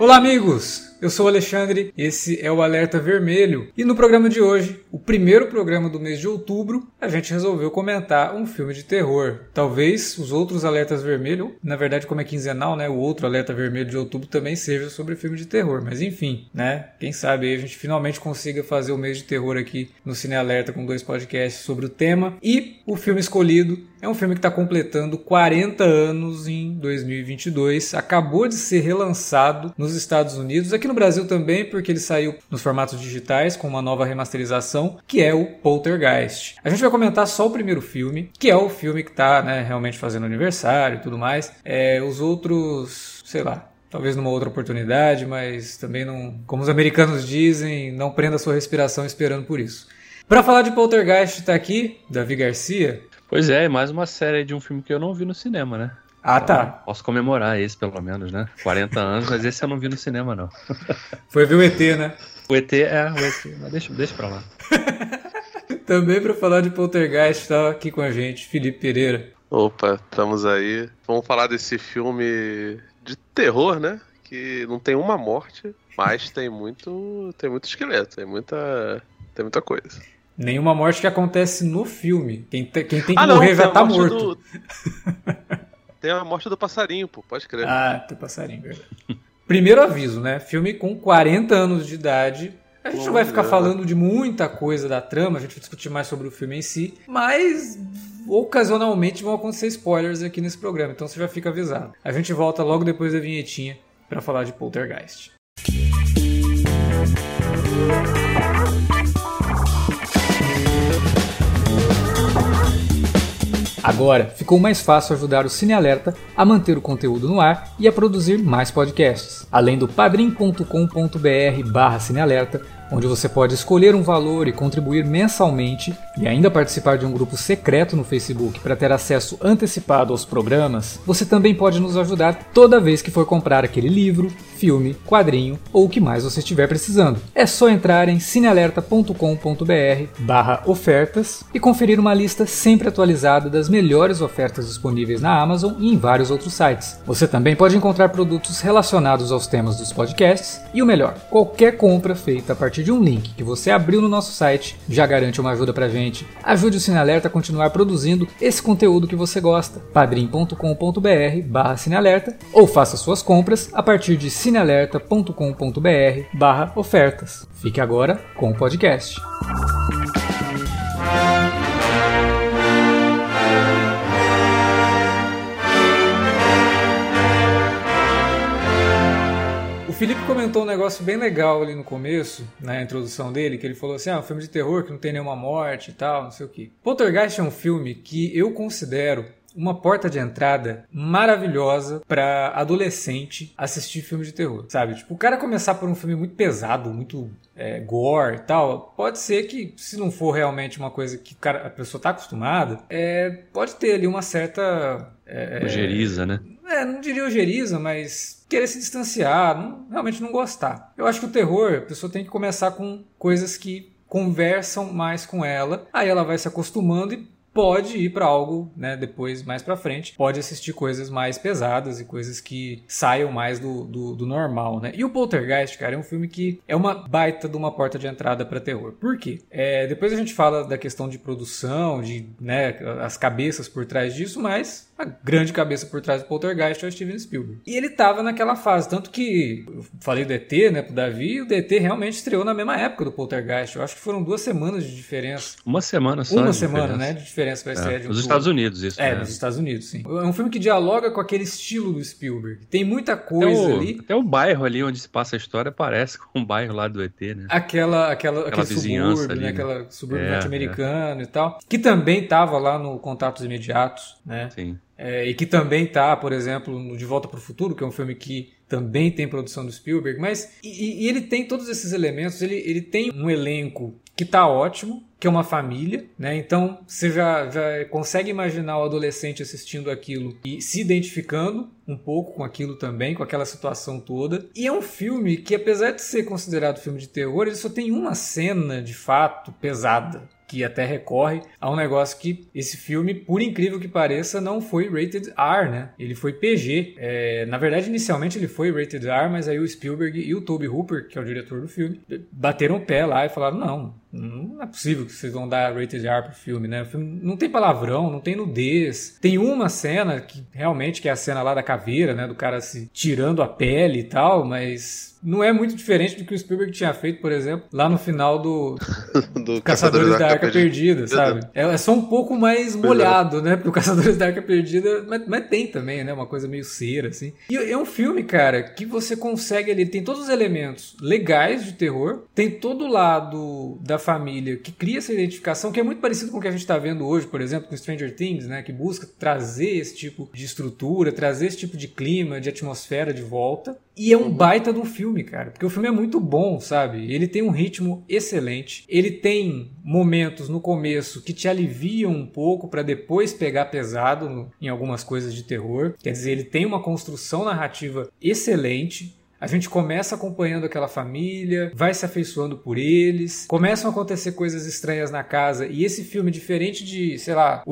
Olá, amigos! Eu sou o Alexandre, esse é o Alerta Vermelho e no programa de hoje, o primeiro programa do mês de outubro, a gente resolveu comentar um filme de terror. Talvez os outros Alertas Vermelhos, na verdade como é quinzenal, né, o outro Alerta Vermelho de outubro também seja sobre filme de terror, mas enfim, né, quem sabe aí a gente finalmente consiga fazer o mês de terror aqui no Cine Alerta com 2 podcasts sobre o tema. E o filme escolhido é um filme que está completando 40 anos em 2022, acabou de ser relançado nos Estados Unidos, aqui no Brasil também, porque ele saiu nos formatos digitais com uma nova remasterização, que é o Poltergeist. A gente vai comentar só o primeiro filme, que é o filme que está, né, realmente fazendo aniversário e tudo mais. Os outros, sei lá, talvez numa outra oportunidade, mas também não, como os americanos dizem, não prenda sua respiração esperando por isso. Para falar de Poltergeist está aqui Davi Garcia. Pois é, mais uma série de um filme que eu não vi no cinema, né? Ah, então, tá. Posso comemorar esse, pelo menos, né? 40 anos, mas esse eu não vi no cinema, não. Foi ver o ET, né? O ET, mas deixa pra lá. Também para falar de Poltergeist está aqui com a gente Felipe Pereira. Opa, estamos aí. Vamos falar desse filme de terror, né? Que não tem uma morte, mas tem muito esqueleto, tem muita coisa. Nenhuma morte que acontece no filme. Quem tem que morrer já tá morto. Tem a morte do passarinho, pô, pode crer. Ah, tem passarinho, verdade. Primeiro aviso, né? Filme com 40 anos de idade. A gente não vai ficar falando de muita coisa da trama, a gente vai discutir mais sobre o filme em si, mas ocasionalmente vão acontecer spoilers aqui nesse programa, então você já fica avisado. A gente volta logo depois da vinhetinha pra falar de Poltergeist. Agora, ficou mais fácil ajudar o Cine Alerta a manter o conteúdo no ar e a produzir mais podcasts. Além do padrim.com.br/cinealerta, onde você pode escolher um valor e contribuir mensalmente e ainda participar de um grupo secreto no Facebook para ter acesso antecipado aos programas, você também pode nos ajudar toda vez que for comprar aquele livro, filme, quadrinho ou o que mais você estiver precisando. É só entrar em cinealerta.com.br/ofertas e conferir uma lista sempre atualizada das melhores ofertas disponíveis na Amazon e em vários outros sites. Você também pode encontrar produtos relacionados aos temas dos podcasts e o melhor, qualquer compra feita a partir de um link que você abriu no nosso site já garante uma ajuda pra gente. Ajude o Cine Alerta a continuar produzindo esse conteúdo que você gosta. padrim.com.br/cinealerta ou faça suas compras a partir de cinealerta.com.br/ofertas. Fique agora com o podcast. O Felipe comentou um negócio bem legal ali no começo, na introdução dele, que ele falou assim, um filme de terror que não tem nenhuma morte e tal, não sei o quê. Poltergeist é um filme que eu considero uma porta de entrada maravilhosa para adolescente assistir filme de terror, sabe? Tipo, o cara começar por um filme muito pesado, muito gore e tal, pode ser que, se não for realmente uma coisa que a pessoa tá acostumada, pode ter ali uma certa... Ojeriza, né? Não diria ojeriza, mas querer se distanciar, realmente não gostar. Eu acho que o terror, a pessoa tem que começar com coisas que conversam mais com ela, aí ela vai se acostumando e pode ir para algo, né, depois, mais para frente, pode assistir coisas mais pesadas e coisas que saiam mais do normal, né? E o Poltergeist, cara, é um filme que é uma baita de uma porta de entrada para terror. Por quê? Depois a gente fala da questão de produção, de, né, as cabeças por trás disso, mas a grande cabeça por trás do Poltergeist é o Steven Spielberg. E ele tava naquela fase, tanto que eu falei do ET, né, pro Davi, e o ET realmente estreou na mesma época do Poltergeist. Eu acho que foram 2 semanas de diferença. Uma semana só. Uma semana, né, de diferença pra estreia de um nos Estados Unidos, isso. Nos Estados Unidos, sim. É um filme que dialoga com aquele estilo do Spielberg. Tem muita coisa ali. Até o bairro ali onde se passa a história parece com um bairro lá do ET, né? Aquele vizinhança subúrbio, ali, né? Aquela subúrbio norte-americano e tal. Que também tava lá no Contatos Imediatos, né? Sim. E que também tá, por exemplo, no De Volta para o Futuro, que é um filme que também tem produção do Spielberg, mas e ele tem todos esses elementos, ele tem um elenco que tá ótimo, que é uma família, né? Então você já consegue imaginar o adolescente assistindo aquilo e se identificando um pouco com aquilo também, com aquela situação toda. E é um filme que, apesar de ser considerado filme de terror, ele só tem uma cena, de fato, pesada, que até recorre a um negócio que esse filme, por incrível que pareça, não foi rated R, né? Ele foi PG. Na verdade, inicialmente ele foi rated R, mas aí o Spielberg e o Tobe Hooper, que é o diretor do filme, bateram o pé lá e falaram, não é possível que vocês vão dar rated R pro filme, né? O filme não tem palavrão, não tem nudez. Tem uma cena que realmente que é a cena lá da caveira, né? Do cara se tirando a pele e tal, mas não é muito diferente do que o Spielberg tinha feito, por exemplo, lá no final do Caçadores da Arca Perdida, sabe? É só um pouco mais molhado, né? Porque o Caçadores da Arca Perdida, mas tem também, né? Uma coisa meio cera, assim. E é um filme, cara, que você consegue ali, tem todos os elementos legais de terror, tem todo o lado da família que cria essa identificação, que é muito parecido com o que a gente tá vendo hoje, por exemplo, com Stranger Things, né? Que busca trazer esse tipo de estrutura, trazer esse tipo de clima, de atmosfera de volta. E é um baita do filme, cara, porque o filme é muito bom, sabe? Ele tem um ritmo excelente, ele tem momentos no começo que te aliviam um pouco pra depois pegar pesado em algumas coisas de terror. Quer dizer, ele tem uma construção narrativa excelente. A gente começa acompanhando aquela família, vai se afeiçoando por eles, começam a acontecer coisas estranhas na casa, e esse filme, diferente de, sei lá,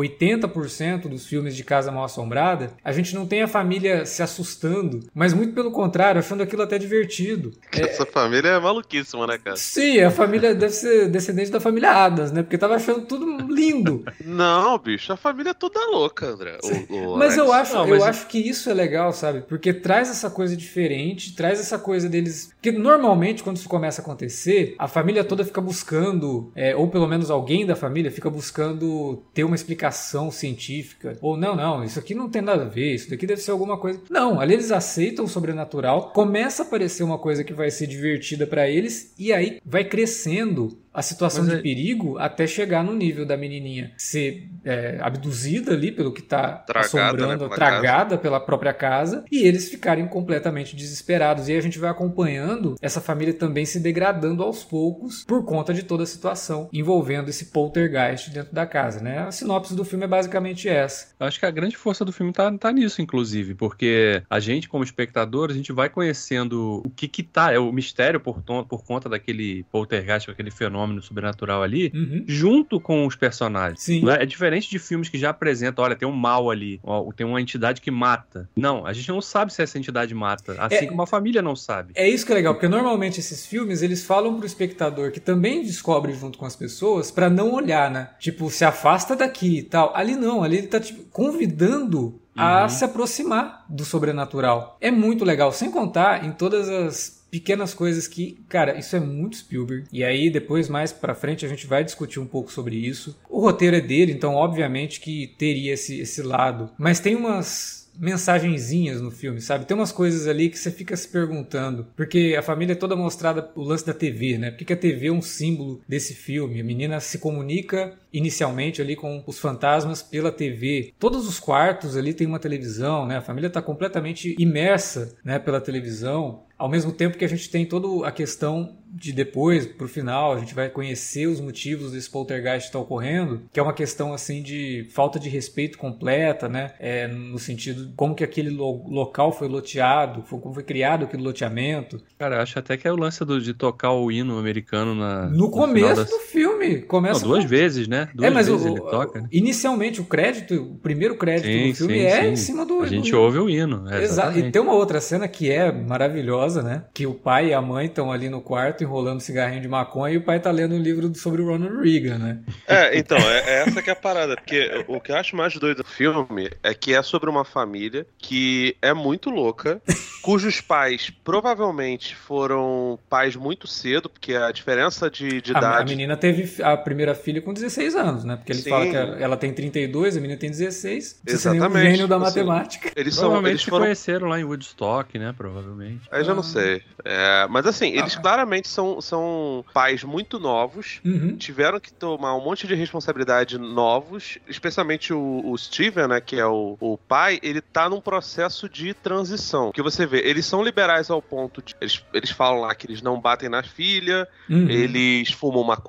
80% dos filmes de Casa Mal-Assombrada, a gente não tem a família se assustando, mas muito pelo contrário, achando aquilo até divertido. Essa família é maluquíssima, né, cara? Sim, a família deve ser descendente da família Addams, né? Porque tava achando tudo lindo. Não, bicho, a família é toda louca, André. Mas eu acho que isso é legal, sabe? Porque traz essa coisa diferente, traz essa coisa deles... Porque normalmente, quando isso começa a acontecer, a família toda fica buscando, ou pelo menos alguém da família fica buscando ter uma explicação científica. Ou não, isso aqui não tem nada a ver, isso daqui deve ser alguma coisa... Não, ali eles aceitam o sobrenatural, começa a aparecer uma coisa que vai ser divertida pra eles, e aí vai crescendo a situação de perigo até chegar no nível da menininha ser abduzida ali pelo que tá assombrando, né, tragada pela própria casa, e eles ficarem completamente desesperados. E aí a gente vai acompanhando essa família também se degradando aos poucos por conta de toda a situação envolvendo esse poltergeist dentro da casa, né? A sinopse do filme é basicamente essa. Eu acho que a grande força do filme tá nisso, inclusive, porque a gente, como espectador, a gente vai conhecendo o que tá, é o mistério por conta daquele poltergeist, aquele fenômeno sobrenatural ali, junto com os personagens. Sim. Não é? É diferente de filmes que já apresentam, olha, tem um mal ali, tem uma entidade que mata. Não, a gente não sabe se essa entidade mata, assim como a família não sabe. É isso que é legal, porque normalmente esses filmes, eles falam pro espectador que também descobre junto com as pessoas pra não olhar, né? Tipo, se afasta daqui e tal. Ali não, ali ele tá tipo, convidando a se aproximar do sobrenatural. É muito legal, sem contar em todas as pequenas coisas que, cara, isso é muito Spielberg. E aí, depois, mais pra frente, a gente vai discutir um pouco sobre isso. O roteiro é dele, então, obviamente, que teria esse lado. Mas tem umas mensagenzinhas no filme, sabe? Tem umas coisas ali que você fica se perguntando. Porque a família é toda mostrada o lance da TV, né? Porque a TV é um símbolo desse filme. A menina se comunica inicialmente ali com os fantasmas pela TV. Todos os quartos ali tem uma televisão, né? A família tá completamente imersa, né, pela televisão. Ao mesmo tempo que a gente tem toda a questão de depois, pro final, a gente vai conhecer os motivos desse poltergeist que está ocorrendo, que é uma questão assim de falta de respeito completa, né? No sentido de como que aquele local foi loteado, como foi criado aquele loteamento. Cara, acho até que é o lance de tocar o hino americano no começo do filme. Começa duas vezes, né? Duas vezes ele toca, né? Inicialmente, o primeiro crédito do filme em cima do... A gente ouve o hino. Exato. E tem uma outra cena que é maravilhosa, né? Que o pai e a mãe estão ali no quarto enrolando cigarrinho de maconha e o pai tá lendo um livro sobre o Ronald Reagan, né? Então, essa que é a parada, porque o que eu acho mais doido do filme é que é sobre uma família que é muito louca, cujos pais provavelmente foram pais muito cedo, porque a diferença de idade... A menina teve a primeira filha com 16 anos, né? Porque ele fala que ela tem 32, a menina tem 16. Exatamente. Um gênio da matemática. Eles se conheceram lá em Woodstock, né? Provavelmente. Aí já não sei. Mas assim, eles claramente são pais muito novos, tiveram que tomar um monte de responsabilidade novos, especialmente o Steven, né, que é o pai, ele tá num processo de transição. Que você vê, eles são liberais ao ponto de... Eles falam lá que eles não batem na filha, eles fumam maconha,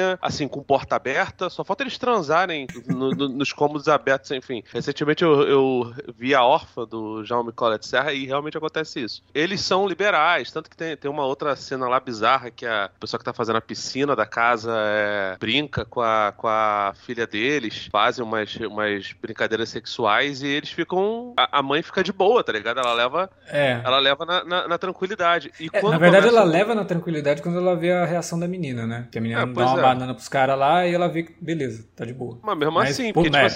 cozinha, assim, com porta aberta, só falta eles transarem nos cômodos abertos, enfim. Recentemente eu vi A Órfã, do Jaume Collet Serra, e realmente acontece isso. Eles são liberais, tanto que tem uma outra cena lá bizarra, que a pessoa que tá fazendo a piscina da casa brinca com a filha deles, fazem umas brincadeiras sexuais, e eles ficam... A mãe fica de boa, tá ligado? Ela leva na tranquilidade. E na verdade, ela leva na tranquilidade quando ela vê a reação da menina, né? Que a menina dá uma banana pros caras lá e ela vê que, beleza, tá de boa. Mas mesmo assim, porque, tipo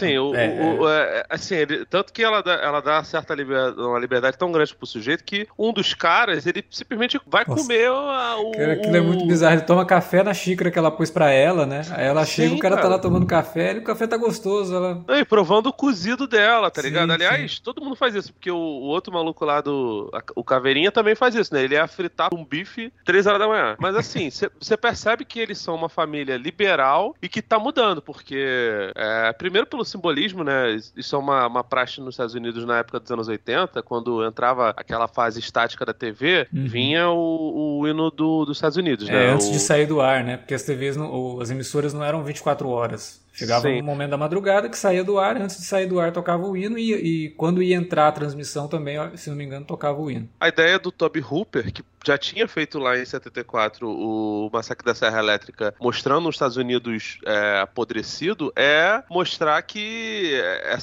assim, tanto que ela dá uma liberdade tão grande pro sujeito que um dos caras, ele simplesmente vai comer aquilo é muito bizarro. Ele toma café na xícara que ela pôs pra ela, né? Aí ela chega, o cara tá lá tomando café, e o café tá gostoso. Ela... E provando o cozido dela, tá ligado? Aliás, todo mundo faz isso, porque o outro maluco lá o Caveirinha também faz isso, né? Ele ia fritar um bife 3 horas da manhã. Mas assim, você percebe que eles são uma família liberal e que tá mudando, porque primeiro pelo simbolismo, né? Isso é uma praxe nos Estados Unidos na época dos anos 80, quando entrava aquela fase estática da TV, vinha o hino dos Estados Unidos, né? Antes de sair do ar, né? Porque as TVs, as emissoras não eram 24 horas. Chegava no momento da madrugada que saía do ar, antes de sair do ar tocava o hino e quando ia entrar a transmissão também, se não me engano, tocava o hino. A ideia do Tobe Hooper, que já tinha feito lá em 74 o Massacre da Serra Elétrica, mostrando os Estados Unidos apodrecido, é mostrar que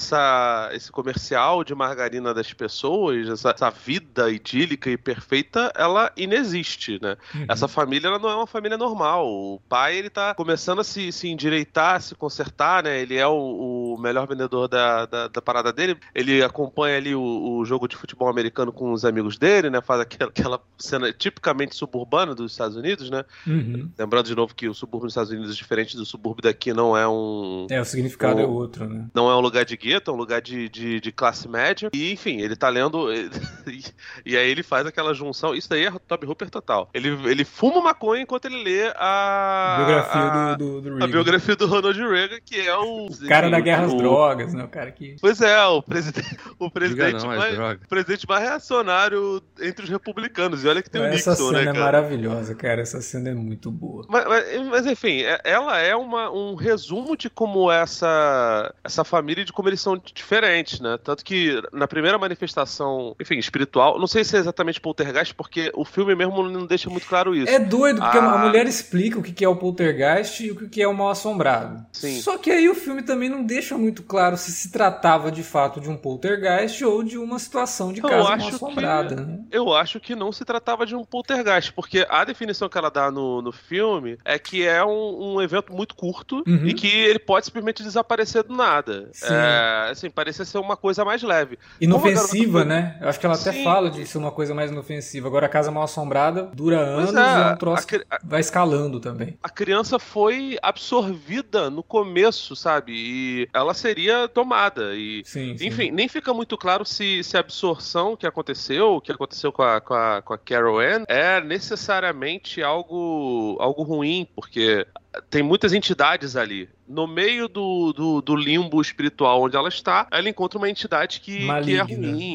esse comercial de margarina das pessoas, essa vida idílica e perfeita, ela inexiste, né? Essa família, ela não é uma família normal. O pai, ele tá começando a se endireitar, se consertar, né? Ele é o melhor vendedor da parada dele. Ele acompanha ali o jogo de futebol americano com os amigos dele, né? Faz aquela cena tipicamente suburbana dos Estados Unidos, né? Lembrando de novo que o subúrbio dos Estados Unidos, diferente do subúrbio daqui, não é um... o significado é outro, né? Não é um lugar de gueto, é um lugar de classe média. E, enfim, ele tá lendo... e aí ele faz aquela junção. Isso daí é Tobe Hooper total. Ele fuma maconha enquanto ele lê biografia do Reagan. A biografia do Ronald Reagan, que é o cara da guerra às drogas, né? O cara que... Pois é, o presidente mais reacionário entre os republicanos. E olha que tem o Nixon, essa cena né, cara? É maravilhosa, cara. Essa cena é muito boa. Mas enfim, ela é um resumo de como essa família, de como eles são diferentes, né? Tanto que na primeira manifestação, enfim, espiritual, não sei se é exatamente poltergeist, porque o filme mesmo não deixa muito claro isso. É doido, porque a mulher explica o que é o poltergeist e o que é o mal-assombrado. Sim. Só que aí o filme também não deixa muito claro se tratava de fato de um poltergeist ou de uma situação de casa mal-assombrada. Né? Eu acho que não se tratava de um poltergeist, porque a definição que ela dá no filme é que é um evento muito curto e que ele pode simplesmente desaparecer do nada. Assim, parecia ser uma coisa mais leve. Inofensiva, né? Eu acho que ela até fala de ser uma coisa mais inofensiva. Agora a casa mal-assombrada dura anos e é um troço que vai escalando também. A criança foi absorvida no começo, sabe? E ela seria tomada. E, enfim, nem fica muito claro se a absorção que aconteceu com a Carol Ann é necessariamente algo ruim, porque tem muitas entidades ali. No meio do limbo espiritual onde ela está, ela encontra uma entidade que é ruim.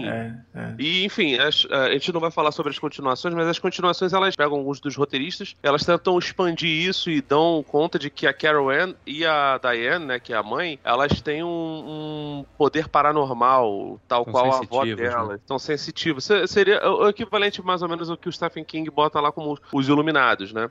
E, enfim, a gente não vai falar sobre as continuações, mas as continuações, elas pegam alguns dos roteiristas, elas tentam expandir isso e dão conta de que a Carol Ann e a Diane, né, que é a mãe, elas têm um poder paranormal, tal qual a avó dela. Né? São sensitivos. Seria o equivalente mais ou menos ao que o Stephen King bota lá como os Iluminados, né?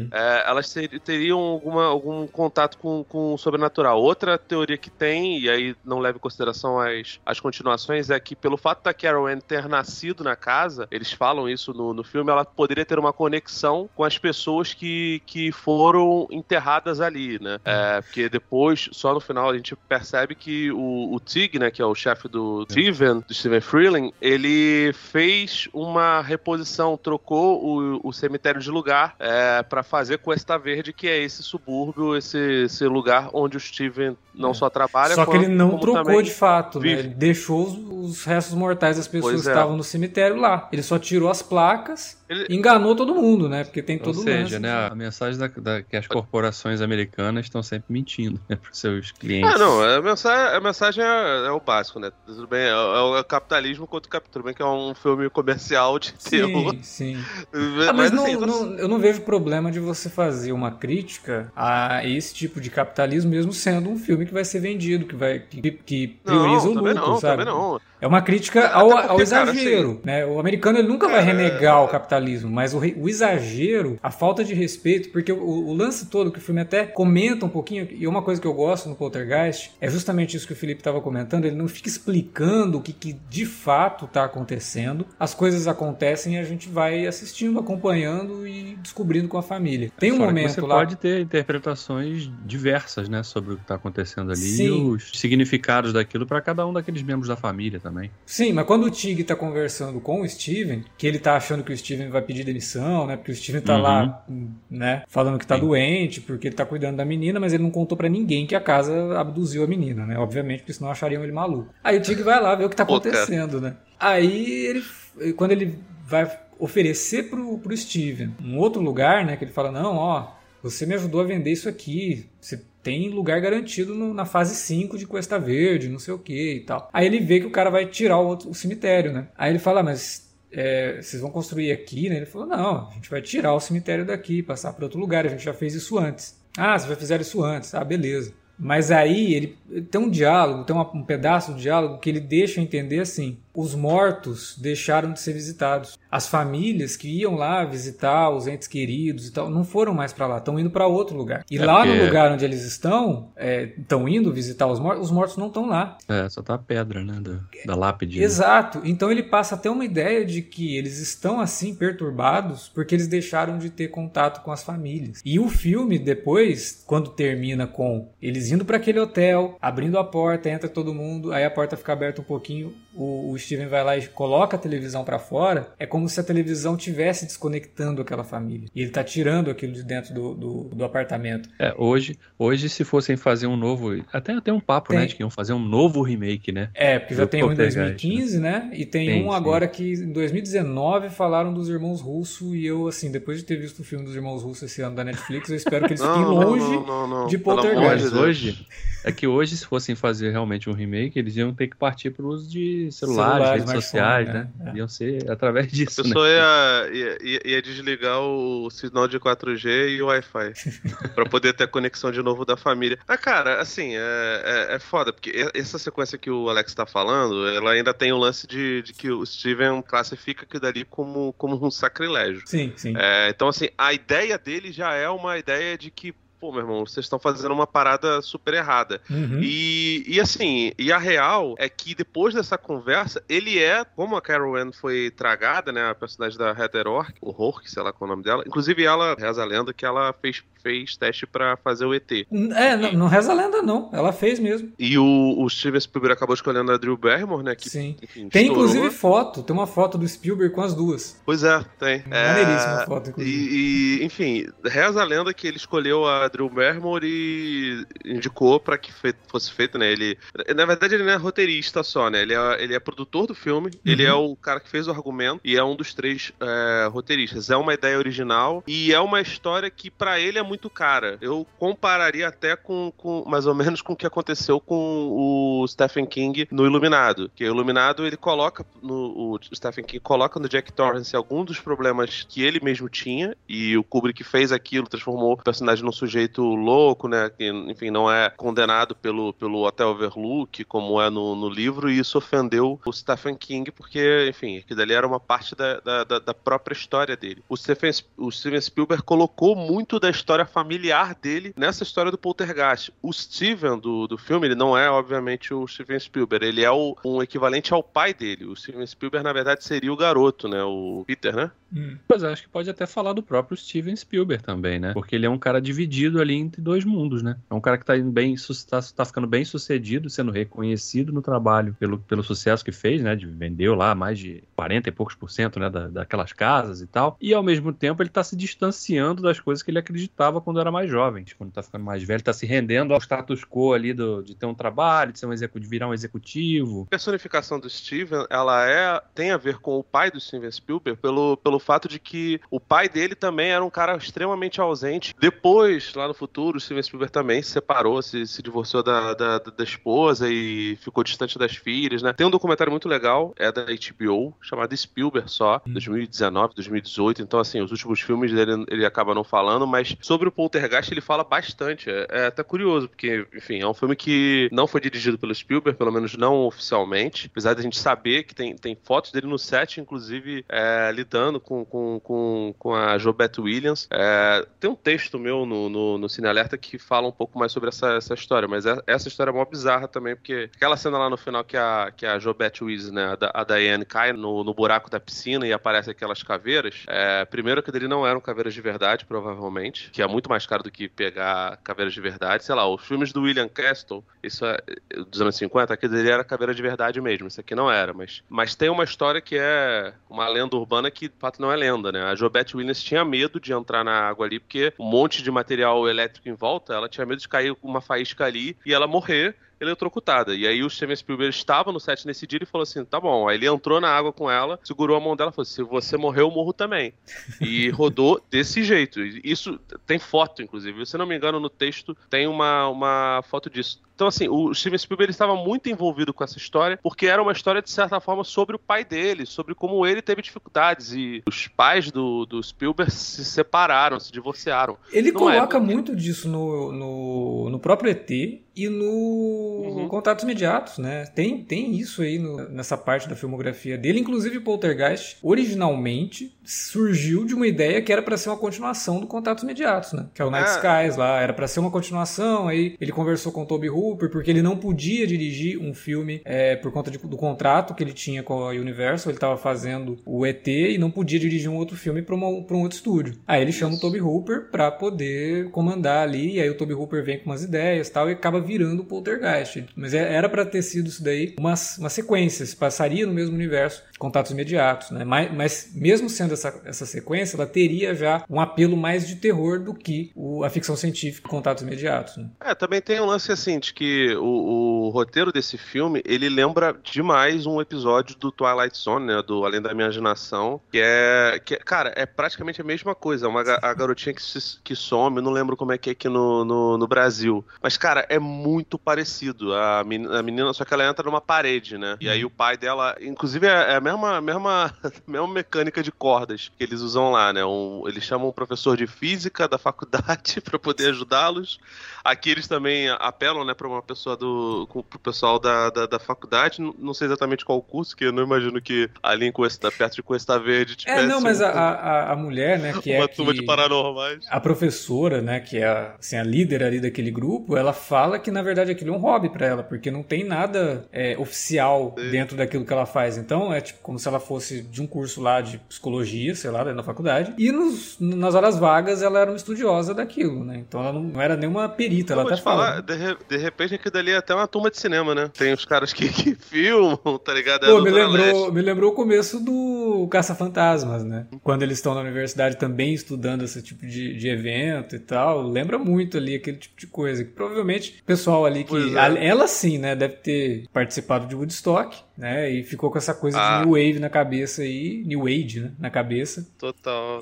Elas teriam algum contato com o sobrenatural. Outra teoria que tem, e aí não leva em consideração as continuações, é que pelo fato da Carol Ann ter nascido na casa, eles falam isso no filme, ela poderia ter uma conexão com as pessoas que foram enterradas ali, né? Porque depois, só no final, a gente percebe que o Tig, né, que é o chefe do Steven Freeling, ele fez uma reposição, trocou o cemitério de lugar pra fazer Cuesta Verde, que é esse subúrbio, esse lugar onde o Steven não só trabalha, só que ele não trocou de fato, né? Ele deixou os restos mortais das pessoas que estavam no cemitério lá. Ele só tirou as placas e enganou todo mundo, né? Porque tem todo mundo. Ou seja, né, a mensagem que as corporações americanas estão sempre mentindo, né, para os seus clientes. Não, a mensagem é o básico, né? Tudo bem, é o capitalismo contra o capitalismo. Tudo bem que é um filme comercial de terror. Mas assim, eu não vejo problema de você fazer uma crítica crítica a esse tipo de capitalismo, mesmo sendo um filme que vai ser vendido, que prioriza o lucro, sabe? Também não. É uma crítica ao exagero, cara, né? O americano ele nunca vai renegar o capitalismo, mas o exagero, a falta de respeito, porque o lance todo que o filme até comenta um pouquinho, e uma coisa que eu gosto no Poltergeist é justamente isso que o Felipe estava comentando, ele não fica explicando o que de fato está acontecendo, as coisas acontecem e a gente vai assistindo, acompanhando e descobrindo com a família. Tem um momento você lá... pode ter interpretações diversas, né, sobre o que está acontecendo ali. Sim. E os significados daquilo para cada um daqueles membros da família também. Sim, mas quando o Tig tá conversando com o Steven, que ele tá achando que o Steven vai pedir demissão, né? Porque o Steven tá lá, né? Falando que tá doente, porque ele tá cuidando da menina, mas ele não contou pra ninguém que a casa abduziu a menina, né? Obviamente, porque senão achariam ele maluco. Aí o Tig vai lá ver o que tá acontecendo, né? Aí quando ele vai oferecer pro Steven um outro lugar, né? Que ele fala, não, ó, você me ajudou a vender isso aqui, você tem lugar garantido na fase 5 de Cuesta Verde, não sei o que e tal. Aí ele vê que o cara vai tirar o cemitério, né? Aí ele fala, mas vocês vão construir aqui, né? Ele falou, não, a gente vai tirar o cemitério daqui, passar para outro lugar, a gente já fez isso antes. Ah, vocês já fizeram isso antes, beleza. Mas aí ele tem um diálogo, tem um pedaço do diálogo que ele deixa entender assim: os mortos deixaram de ser visitados. As famílias que iam lá visitar os entes queridos e tal, não foram mais para lá, estão indo para outro lugar. E lá no lugar onde eles estão indo visitar os mortos não estão lá. Só tá a pedra, né, da lápide. Exato. Então ele passa até uma ideia de que eles estão assim perturbados porque eles deixaram de ter contato com as famílias. E o filme depois, quando termina com eles indo para aquele hotel, abrindo a porta, entra todo mundo, aí a porta fica aberta um pouquinho, o Steven vai lá e coloca a televisão para fora, é como se a televisão estivesse desconectando aquela família. E ele tá tirando aquilo de dentro do apartamento. Hoje se fossem fazer um novo... Até tem um papo, né, de que iam fazer um novo remake, né? Porque já tem um em 2015, né? E tem agora que em 2019 falaram dos Irmãos Russo, e eu, assim, depois de ter visto o filme dos Irmãos Russo esse ano da Netflix, eu espero que eles fiquem longe de Poltergeist. Hoje, se fossem fazer realmente um remake, eles iam ter que partir para o uso de celulares, redes sociais, né? Iam ser através disso. A pessoa ia desligar o sinal de 4G e o Wi-Fi para poder ter a conexão de novo da família. Cara, assim, é foda, porque essa sequência que o Alex tá falando, ela ainda tem o lance de que o Steven classifica aquilo dali como um sacrilégio. Sim, sim. Então, assim, a ideia dele já é uma ideia de que, pô, meu irmão, vocês estão fazendo uma parada super errada. Uhum. E assim, a real é que depois dessa conversa, ele como a Carol Anne foi tragada, né, a personagem da Heather O'Rourke, sei lá qual é o nome dela, inclusive ela, reza a lenda, que ela fez teste pra fazer o ET. Não reza a lenda não, ela fez mesmo. E o Steven Spielberg acabou escolhendo a Drew Barrymore, né, que, sim. Enfim, tem inclusive tem uma foto do Spielberg com as duas. Pois é, tem. Maneiríssima foto, inclusive. Enfim, reza a lenda que ele escolheu a Drew Barrymore e indicou pra que fosse feito, né? Na verdade, ele não é roteirista só, né? Ele é produtor do filme, ele é o cara que fez o argumento e é um dos 3 roteiristas. É uma ideia original e é uma história que pra ele é muito cara. Eu compararia até com mais ou menos com o que aconteceu com o Stephen King no Iluminado. Que o Iluminado, ele coloca o Stephen King coloca no Jack Torrance alguns dos problemas que ele mesmo tinha, e o Kubrick fez aquilo, transformou o personagem num sujeito louco, né, que, enfim, não é condenado pelo Hotel Overlook, como é no livro, e isso ofendeu o Stephen King, porque, enfim, aquilo dali era uma parte da própria história dele. O Steven Spielberg colocou muito da história familiar dele nessa história do Poltergeist. O Steven do filme, ele não é, obviamente, o Steven Spielberg, ele é um equivalente ao pai dele. O Steven Spielberg, na verdade, seria o garoto, né, o Peter, né? Pois acho que pode até falar do próprio Steven Spielberg também, né? Porque ele é um cara dividido ali entre 2 mundos, né? É um cara que tá ficando bem sucedido, sendo reconhecido no trabalho pelo sucesso que fez, né? Vendeu lá mais de 40 e poucos % né? Daquelas casas e tal. E ao mesmo tempo ele tá se distanciando das coisas que ele acreditava quando era mais jovem. Quando tá ficando mais velho, tá se rendendo ao status quo ali de ter um trabalho, de ser de virar um executivo. A personificação do Steven, ela tem a ver com o pai do Steven Spielberg pelo fato de que o pai dele também era um cara extremamente ausente. Depois, lá no futuro, o Steven Spielberg também se separou, se divorciou da esposa e ficou distante das filhas, né? Tem um documentário muito legal, é da HBO, chamado Spielberg só, 2019, 2018. Então, assim, os últimos filmes dele ele acaba não falando, mas sobre o Poltergeist ele fala bastante. É até curioso, porque, enfim, é um filme que não foi dirigido pelo Spielberg, pelo menos não oficialmente. Apesar de a gente saber que tem fotos dele no set, inclusive, lidando com a JoBeth Williams. Tem um texto meu no Cine Alerta que fala um pouco mais sobre essa história, mas essa história é mó bizarra também, porque aquela cena lá no final que a JoBeth Williams, né, a Diane, cai no buraco da piscina e aparece aquelas caveiras. Primeiro que dele não eram caveiras de verdade, provavelmente, que é muito mais caro do que pegar caveiras de verdade. Sei lá, os filmes do William Castle, isso dos anos 50, aquele dele era caveira de verdade mesmo, isso aqui não era, mas tem uma história que é uma lenda urbana que, de fato, não é lenda, né? A JoBeth Williams tinha medo de entrar na água ali, porque um monte de material elétrico em volta, ela tinha medo de cair uma faísca ali e ela morrer eletrocutada. E aí o Steven Spielberg estava no set nesse dia e falou assim, tá bom. Aí ele entrou na água com ela, segurou a mão dela e falou, se você morrer, eu morro também. E rodou desse jeito. Isso tem foto, inclusive. Se não me engano, no texto tem uma foto disso. Então, assim, o Steven Spielberg estava muito envolvido com essa história, porque era uma história, de certa forma, sobre o pai dele, sobre como ele teve dificuldades. E os pais do Spielberg se separaram, se divorciaram. Ele coloca muito disso no próprio ET e no Contatos Imediatos, né? Tem isso aí nessa parte da filmografia dele. Inclusive, Poltergeist, originalmente, surgiu de uma ideia que era para ser uma continuação do Contatos Imediatos, né? Que é o Night Skies lá. Era para ser uma continuação, aí ele conversou com o Tobe Hooper, porque ele não podia dirigir um filme por conta do contrato que ele tinha com a Universal. Ele estava fazendo o ET e não podia dirigir um outro filme para um outro estúdio. Aí ele chama o Tobe Hooper para poder comandar ali, e aí o Tobe Hooper vem com umas ideias e tal, e acaba virando o Poltergeist. Mas era para ter sido isso daí uma sequência, se passaria no mesmo universo, Contatos Imediatos, né? Mas mesmo sendo essa sequência, ela teria já um apelo mais de terror do que a ficção científica Contatos Imediatos, né? Também tem um lance assim, de que o roteiro desse filme, ele lembra demais um episódio do Twilight Zone, né? Do Além da Imaginação, cara, é praticamente a mesma coisa. A garotinha que some, eu não lembro como é que é aqui no Brasil. Mas, cara, é muito parecido. A menina, só que ela entra numa parede, né? E aí o pai dela, inclusive é a mesma mecânica de cordas que eles usam lá, né? Eles chamam um professor de física da faculdade para poder ajudá-los. Aqui eles também apelam, né, para uma pessoa pro pessoal da faculdade. Não sei exatamente qual curso, que eu não imagino que ali em perto de Cuesta Verde tivesse mas a mulher, né, que uma turma de paranormais. A professora, né, que é assim, a líder ali daquele grupo, ela fala que na verdade aquilo é um hobby para ela, porque não tem nada oficial dentro daquilo que ela faz. Então é tipo como se ela fosse de um curso lá de psicologia, sei lá, na faculdade, e nas horas vagas ela era uma estudiosa daquilo, né? Então ela não era nenhuma perita, ela até fala. De repente aquilo dali é até uma turma de cinema, né? Tem os caras que filmam, tá ligado? Pô, me lembrou o começo do Caça-Fantasmas, né? Quando eles estão na universidade também estudando esse tipo de evento e tal, lembra muito ali aquele tipo de coisa, que provavelmente o pessoal ali ela sim, né, deve ter participado de Woodstock, né, e ficou com essa coisa de New Wave na cabeça aí, New Age, né, na cabeça. Total.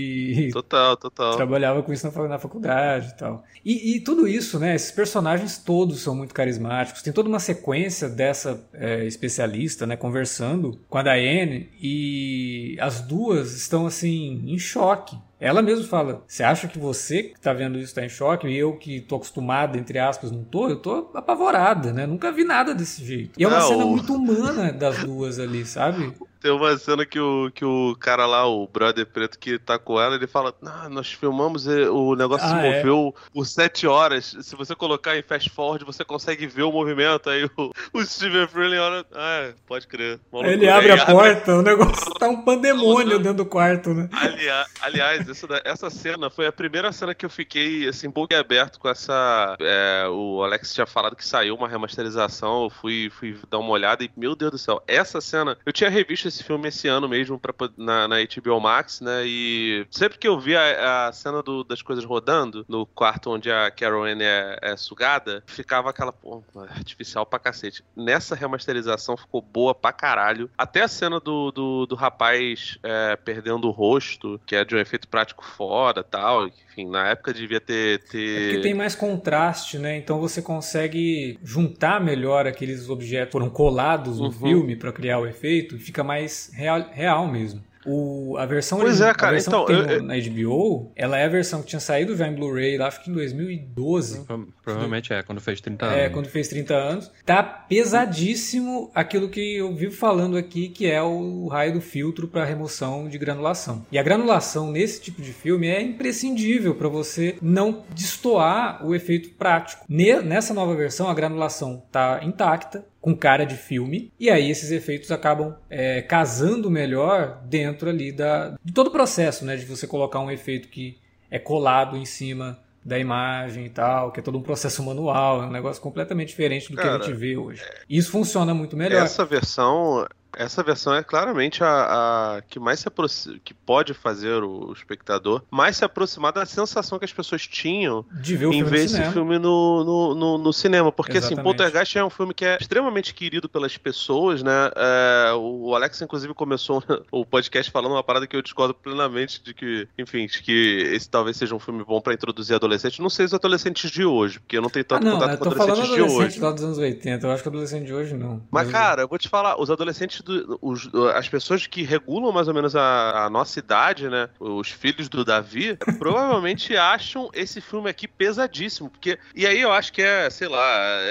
Total. Trabalhava com isso na faculdade e tal. E tudo isso, né, esses personagens todos são muito carismáticos, tem toda uma sequência dessa especialista, né, conversando com a Diane, e as duas estão, assim, em choque. Ela mesma fala, você acha que você que tá vendo isso tá em choque e eu que tô acostumada, entre aspas, não tô? Eu tô apavorada, né? Nunca vi nada desse jeito. E é uma cena muito humana das duas ali, sabe? Tem uma cena que o cara lá, o brother preto que tá com ela, ele fala, nós filmamos, o negócio se moveu por 7 horas. Se você colocar em fast forward, você consegue ver o movimento. Aí o Steven Freeling olha, pode crer. Maluco, ele abre a porta, o negócio tá um pandemônio dentro do quarto, né? Aliás, essa cena foi a primeira cena que eu fiquei, assim, boquiaberto com essa... o Alex tinha falado que saiu uma remasterização, eu fui dar uma olhada e, meu Deus do céu, essa cena... Eu tinha revisto esse filme esse ano mesmo na HBO Max, né? E sempre que eu via a cena das coisas rodando no quarto onde a Carol Anne é sugada, ficava aquela, artificial pra cacete. Nessa remasterização ficou boa pra caralho. Até a cena do rapaz perdendo o rosto, que é de um efeito prático foda e tal. Enfim, na época devia ter... É porque tem mais contraste, né? Então você consegue juntar melhor aqueles objetos que foram colados no filme pra criar o efeito e fica mais real mesmo. A versão, pois é, cara, a versão que tem na HBO, ela é a versão que tinha saído já em Blu-ray, lá acho que em 2012. Provavelmente quando fez 30 anos. Quando fez 30 anos. Tá pesadíssimo aquilo que eu vivo falando aqui, que é o raio do filtro para remoção de granulação. E a granulação nesse tipo de filme é imprescindível para você não destoar o efeito prático. Nessa nova versão, a granulação tá intacta, com cara de filme, e aí esses efeitos acabam casando melhor dentro ali de todo o processo, né, de você colocar um efeito que é colado em cima da imagem e tal, que é todo um processo manual, é um negócio completamente diferente do que a gente vê hoje. Isso funciona muito melhor. Essa versão é claramente a que mais que pode fazer o espectador mais se aproximar da sensação que as pessoas tinham de ver em ver esse filme no cinema. Porque, exatamente, assim, Poltergeist é um filme que é extremamente querido pelas pessoas, né? O Alex, inclusive, começou o podcast falando uma parada que eu discordo plenamente de que, enfim, de que esse talvez seja um filme bom pra introduzir adolescentes. Não sei os adolescentes de hoje, porque eu não tenho tanto contato com adolescentes de hoje. Eu tô falando adolescente lá dos anos 80, eu acho que adolescente de hoje não. Mas, cara, eu vou te falar, os adolescentes as pessoas que regulam mais ou menos a nossa idade, né? Os filhos do Davi, provavelmente acham esse filme aqui pesadíssimo. E aí eu acho que sei lá,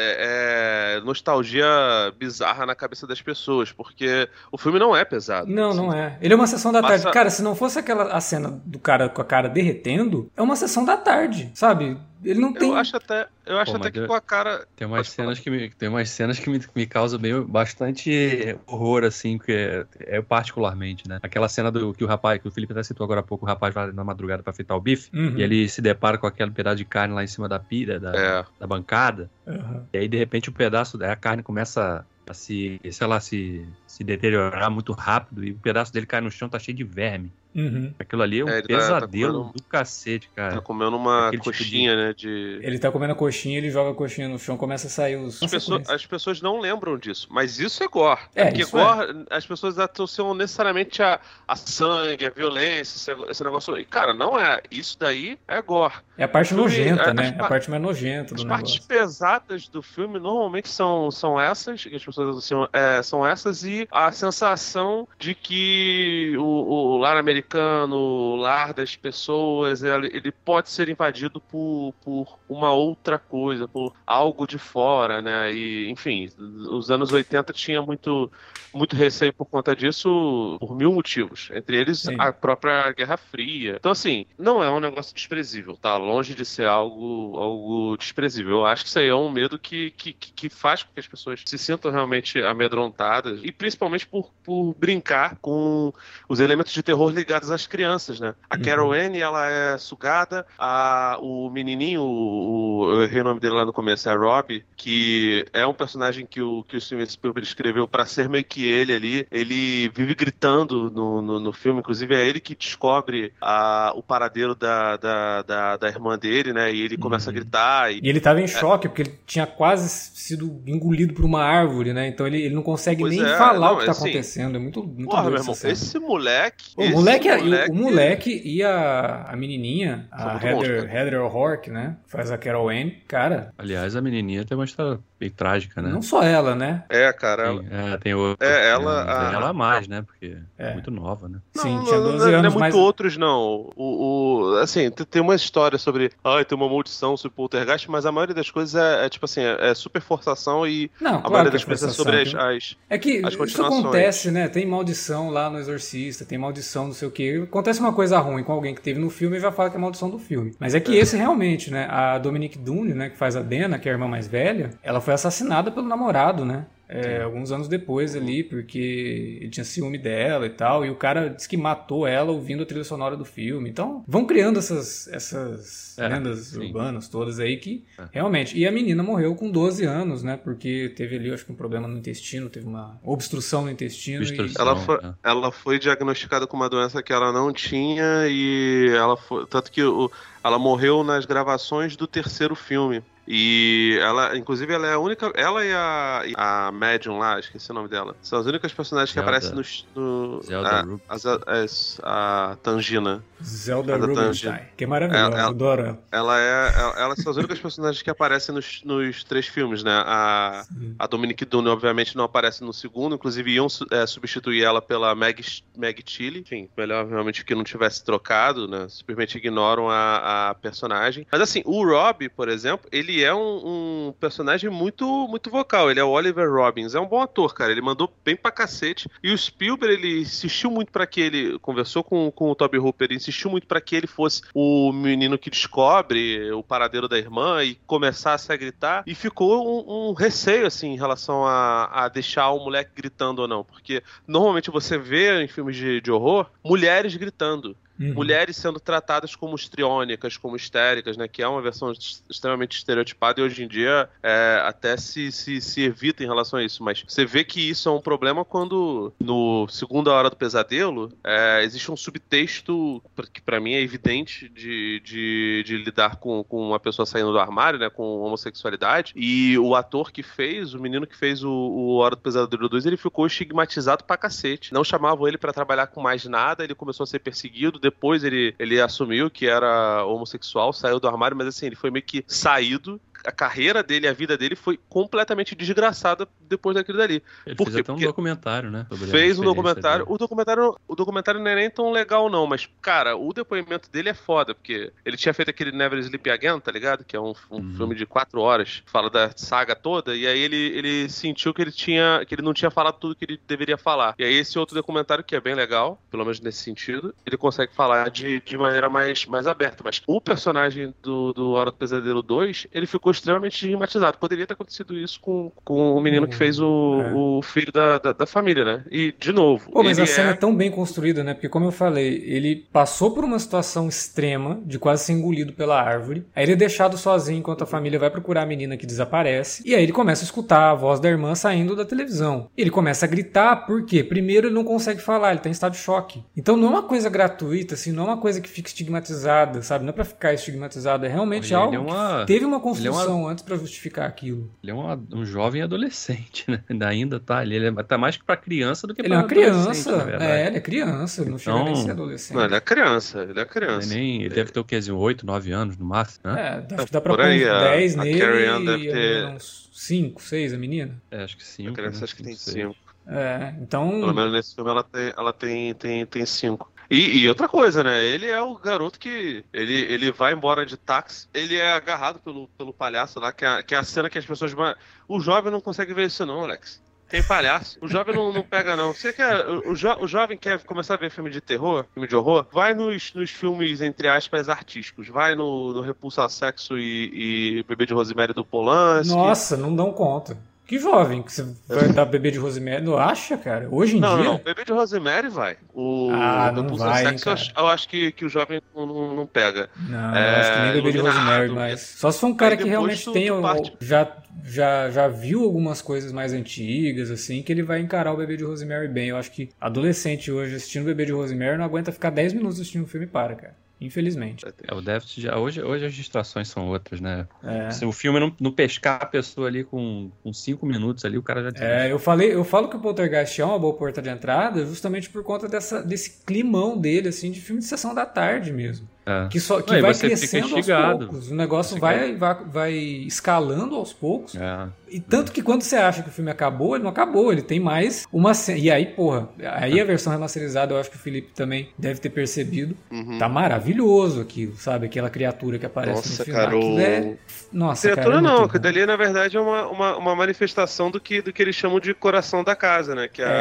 nostalgia bizarra na cabeça das pessoas, porque o filme não é pesado. Não, assim. Não é. Ele é uma sessão da tarde. Cara, se não fosse a cena do cara com a cara derretendo, é uma sessão da tarde, sabe? Ele não tem... Eu acho até que com a cara... Tem umas cenas que me causam bastante horror, assim, que eu particularmente, né? Aquela cena que o Felipe até citou agora há pouco, o rapaz vai na madrugada pra fritar o bife, e ele se depara com aquele pedaço de carne lá em cima da pilha, da bancada, e aí, de repente, a carne começa a se deteriorar muito rápido, e o pedaço dele cai no chão, tá cheio de verme. Aquilo ali é um pesadelo do cacete, cara. Tá comendo uma coxinha, né? Ele tá comendo a coxinha, ele joga a coxinha no chão, começa a sair os... As pessoas não lembram disso, mas isso é gore. Porque isso gore, as pessoas associam necessariamente a sangue, a violência, esse negócio. E, cara, não é. Isso daí é gore. É a parte nojenta, né? A parte mais nojenta do negócio. As partes pesadas do filme normalmente são essas, que as pessoas associam, são essas, e a sensação de que o lar americano, o lar das pessoas, ele pode ser invadido por uma outra coisa, por algo de fora, né? E, enfim, os anos 80 tinha muito receio por conta disso, por mil motivos. Entre eles, a própria Guerra Fria. Então, assim, não é um negócio desprezível, tá? Longe de ser algo desprezível. Eu acho que isso aí é um medo que faz com que as pessoas se sintam realmente amedrontadas, e principalmente por brincar com os elementos de terror ligados às crianças, né? A Carol Anne, ela é sugada, o menininho, eu errei o nome dele lá no começo, é Robbie, que é um personagem que o Steven Spielberg escreveu pra ser meio que ele ali. Ele vive gritando no filme, inclusive é ele que descobre o paradeiro da irmã dele, né? E ele começa a gritar. E ele tava em choque, porque ele tinha quase sido engolido por uma árvore, né? Então ele não consegue nem falar o que tá acontecendo. É muito porra, meu irmão, esse moleque... O moleque e a menininha, a Heather O'Rourke, né? Que faz a Carol Anne, cara... Aliás, a menininha tem uma história bem trágica, né? Não só ela, né? Cara... Tem outra. Ela mais, né? Porque é muito nova, né? Sim, tinha 12 anos, não é muito outros, não. Assim, tem uma história sobre... tem uma maldição sobre Poltergeist, mas a maioria das coisas tipo assim, é super forçação, e a maioria das coisas é sobre as É que isso acontece, né? Tem maldição lá no Exorcista, tem maldição não sei o quê. Acontece uma coisa ruim com alguém que teve no filme e já fala que é maldição do filme. Mas é que esse realmente, né? A Dominique Dunne, né? Que faz a Dana, que é a irmã mais velha, ela foi assassinada pelo namorado, né? Alguns anos depois ali, porque ele tinha ciúme dela e tal, e o cara disse que matou ela ouvindo a trilha sonora do filme. Então, vão criando essas lendas urbanas todas aí que realmente... E a menina morreu com 12 anos, né? Porque teve ali, acho que um problema no intestino, teve uma obstrução no intestino. Ela foi diagnosticada com uma doença que ela não tinha, e tanto que ela morreu nas gravações do terceiro filme. E ela, inclusive, ela é a única. Ela e a Medium lá, esqueci o nome dela. São as únicas personagens que aparecem no. Zelda a Tangina. Zelda Rubinstein, que é maravilhosa, adoro ela. Elas são as únicas personagens que aparecem nos 3 filmes, né? A Dominique Dunne, obviamente, não aparece no segundo, inclusive iam substituir ela pela Meg Tilly. Enfim, melhor realmente que não tivesse trocado, né? Simplesmente ignoram a personagem. Mas assim, o Rob, por exemplo, ele é um personagem muito, muito vocal. Ele é o Oliver Robbins. É um bom ator, cara. Ele mandou bem pra cacete. E o Spielberg, ele insistiu muito pra que ele... Conversou com o Tobe Hooper, ele insistiu muito pra que ele fosse o menino que descobre o paradeiro da irmã e começasse a gritar. E ficou um receio, assim, em relação a deixar o moleque gritando ou não. Porque normalmente você vê em filmes de horror mulheres gritando. Mulheres sendo tratadas como histriônicas, como histéricas, né? Que é uma versão extremamente estereotipada e hoje em dia até se evita em relação a isso. Mas você vê que isso é um problema quando no Segunda Hora do Pesadelo existe um subtexto que pra mim é evidente de lidar com uma pessoa saindo do armário, né? Com homossexualidade. E o ator que fez, o menino que fez o Hora do Pesadelo 2, ele ficou estigmatizado pra cacete. Não chamavam ele pra trabalhar com mais nada, ele começou a ser perseguido. Depois ele assumiu que era homossexual, saiu do armário, mas assim, ele foi meio que saído. A carreira dele, a vida dele foi completamente desgraçada depois daquilo dali. Ele fez até um documentário, né? Fez um documentário. O documentário não é nem tão legal, não, mas, cara, o depoimento dele é foda, porque ele tinha feito aquele Never Sleep Again, tá ligado? Que é um filme de 4 horas, fala da saga toda, e aí ele sentiu que ele não tinha falado tudo que ele deveria falar. E aí esse outro documentário, que é bem legal, pelo menos nesse sentido, ele consegue falar de maneira mais aberta. Mas o personagem do Hora do Pesadelo 2, ele ficou extremamente estigmatizado. Poderia ter acontecido isso com o menino que fez o filho da família, né? E, de novo... Pô, mas a cena é tão bem construída, né? Porque, como eu falei, ele passou por uma situação extrema de quase ser engolido pela árvore. Aí ele é deixado sozinho enquanto a família vai procurar a menina que desaparece. E aí ele começa a escutar a voz da irmã saindo da televisão. Ele começa a gritar, por quê? Primeiro, ele não consegue falar, ele tá em estado de choque. Então não é uma coisa gratuita, assim, não é uma coisa que fica estigmatizada, sabe? Não é pra ficar estigmatizado, é realmente algo que teve uma construção antes pra justificar aquilo. Ele é um jovem adolescente, né? Ainda tá ali. Ele tá mais pra criança do que pra adolescente. Ele é uma criança. Ele é criança. Ele não chega nem a ser adolescente. Não, ele é criança. Ele deve ter o quê? 8, 9 anos no máximo, né? Acho que dá pra pôr uns 10 nele e uns 5, 6 a menina. Acho que 5. A criança acho que tem 5. Então... Pelo menos nesse filme ela tem 5. E outra coisa, né? Ele é o garoto que... Ele vai embora de táxi. Ele é agarrado pelo palhaço lá, que é a cena que as pessoas... O jovem não consegue ver isso não, Alex. Tem palhaço. O jovem não pega, não. Você quer... O jovem quer começar a ver filme de terror, filme de horror? Vai nos filmes, entre aspas, artísticos. Vai no Repulsa a Sexo e Bebê de Rosemary do Polanski. Nossa, não dão conta. Que jovem que você vai dar Bebê de Rosemary? Não acha, cara? Hoje em dia... Não, Bebê de Rosemary vai. Não vai, Sexo, cara. Eu acho que o jovem não pega. Não, eu acho que nem Bebê de Rosemary, mas... Só se for um cara que realmente tem... Já viu algumas coisas mais antigas, assim, que ele vai encarar o Bebê de Rosemary bem. Eu acho que adolescente hoje assistindo Bebê de Rosemary não aguenta ficar 10 minutos assistindo um filme e para, cara. Infelizmente. O déficit hoje as distrações são outras, né? Se o filme não pescar a pessoa ali com 5 minutos ali, o cara já desiste. Eu falo que o Poltergeist é uma boa porta de entrada justamente por conta desse climão dele, assim, de filme de sessão da tarde mesmo. Que vai crescendo aos poucos. O negócio vai escalando aos poucos. E tanto que quando você acha que o filme acabou, ele não acabou. Ele tem mais uma cena. E aí, a versão remasterizada, eu acho que o Felipe também deve ter percebido. Tá maravilhoso aquilo, sabe? Aquela criatura que aparece no final. Nossa, criatura não, que dali na verdade é uma manifestação do que eles chamam de coração da casa, né? Que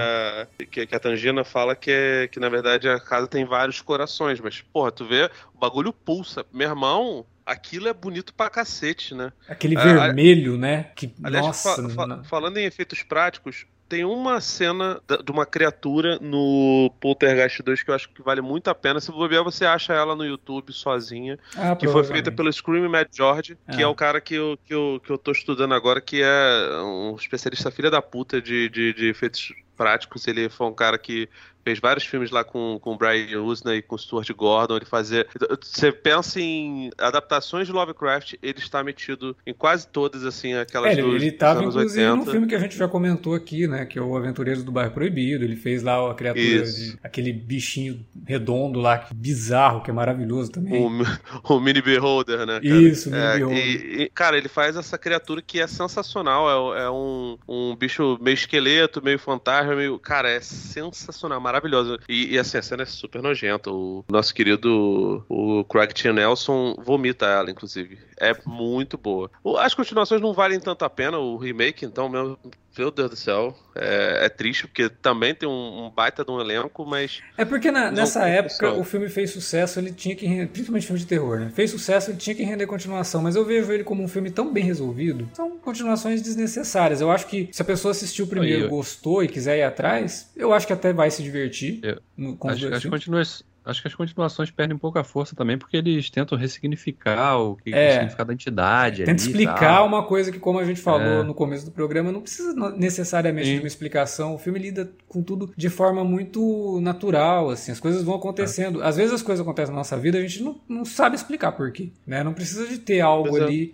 a Tangina fala que na verdade a casa tem vários corações, mas porra, tu vê, o bagulho pulsa. Meu irmão, aquilo é bonito pra cacete, né? Aquele vermelho, né? Aliás, nossa, falando em efeitos práticos, tem uma cena de uma criatura no Poltergeist 2 que eu acho que vale muito a pena. Se bobear, você acha ela no YouTube sozinha. Que foi feita pelo Screaming Mad George, que é o cara que eu tô estudando agora, que é um especialista filha da puta de efeitos práticos. Ele foi um cara que fez vários filmes lá com o Brian Usna e com o Stuart Gordon. Ele fazia... Você pensa em adaptações de Lovecraft, ele está metido em quase todas, assim, aquelas ele estava, anos inclusive, 80. no filme que a gente já comentou aqui, né? Que é o Aventureiros do Bairro Proibido. Ele fez lá a criatura aquele bichinho redondo lá, bizarro, que é maravilhoso também. O Mini Beholder, né, cara? Isso, o Mini Beholder. Cara, ele faz essa criatura que é sensacional. É um bicho meio esqueleto, meio fantasma, meio... Cara, é sensacional, maravilhoso. E assim, a cena é super nojenta. O nosso querido o Craig T. Nelson vomita ela, inclusive. É muito boa. As continuações não valem tanto a pena, o remake, então, meu Deus do céu, é triste, porque também tem um baita de um elenco, mas... É porque nessa época o filme fez sucesso, ele tinha que render, principalmente filme de terror, né? Fez sucesso, ele tinha que render continuação, mas eu vejo ele como um filme tão bem resolvido, são continuações desnecessárias. Eu acho que se a pessoa assistiu o primeiro, gostou e quiser ir atrás, eu acho que até vai se divertir com os dois filmes. Acho que as continuações perdem um pouco a força também, porque eles tentam ressignificar o significado da entidade. Tenta explicar uma coisa que, como a gente falou no começo do programa, não precisa necessariamente de uma explicação. O filme lida com tudo de forma muito natural, assim, as coisas vão acontecendo. Às vezes as coisas acontecem na nossa vida, a gente não sabe explicar por quê, né? Não precisa de ter algo ali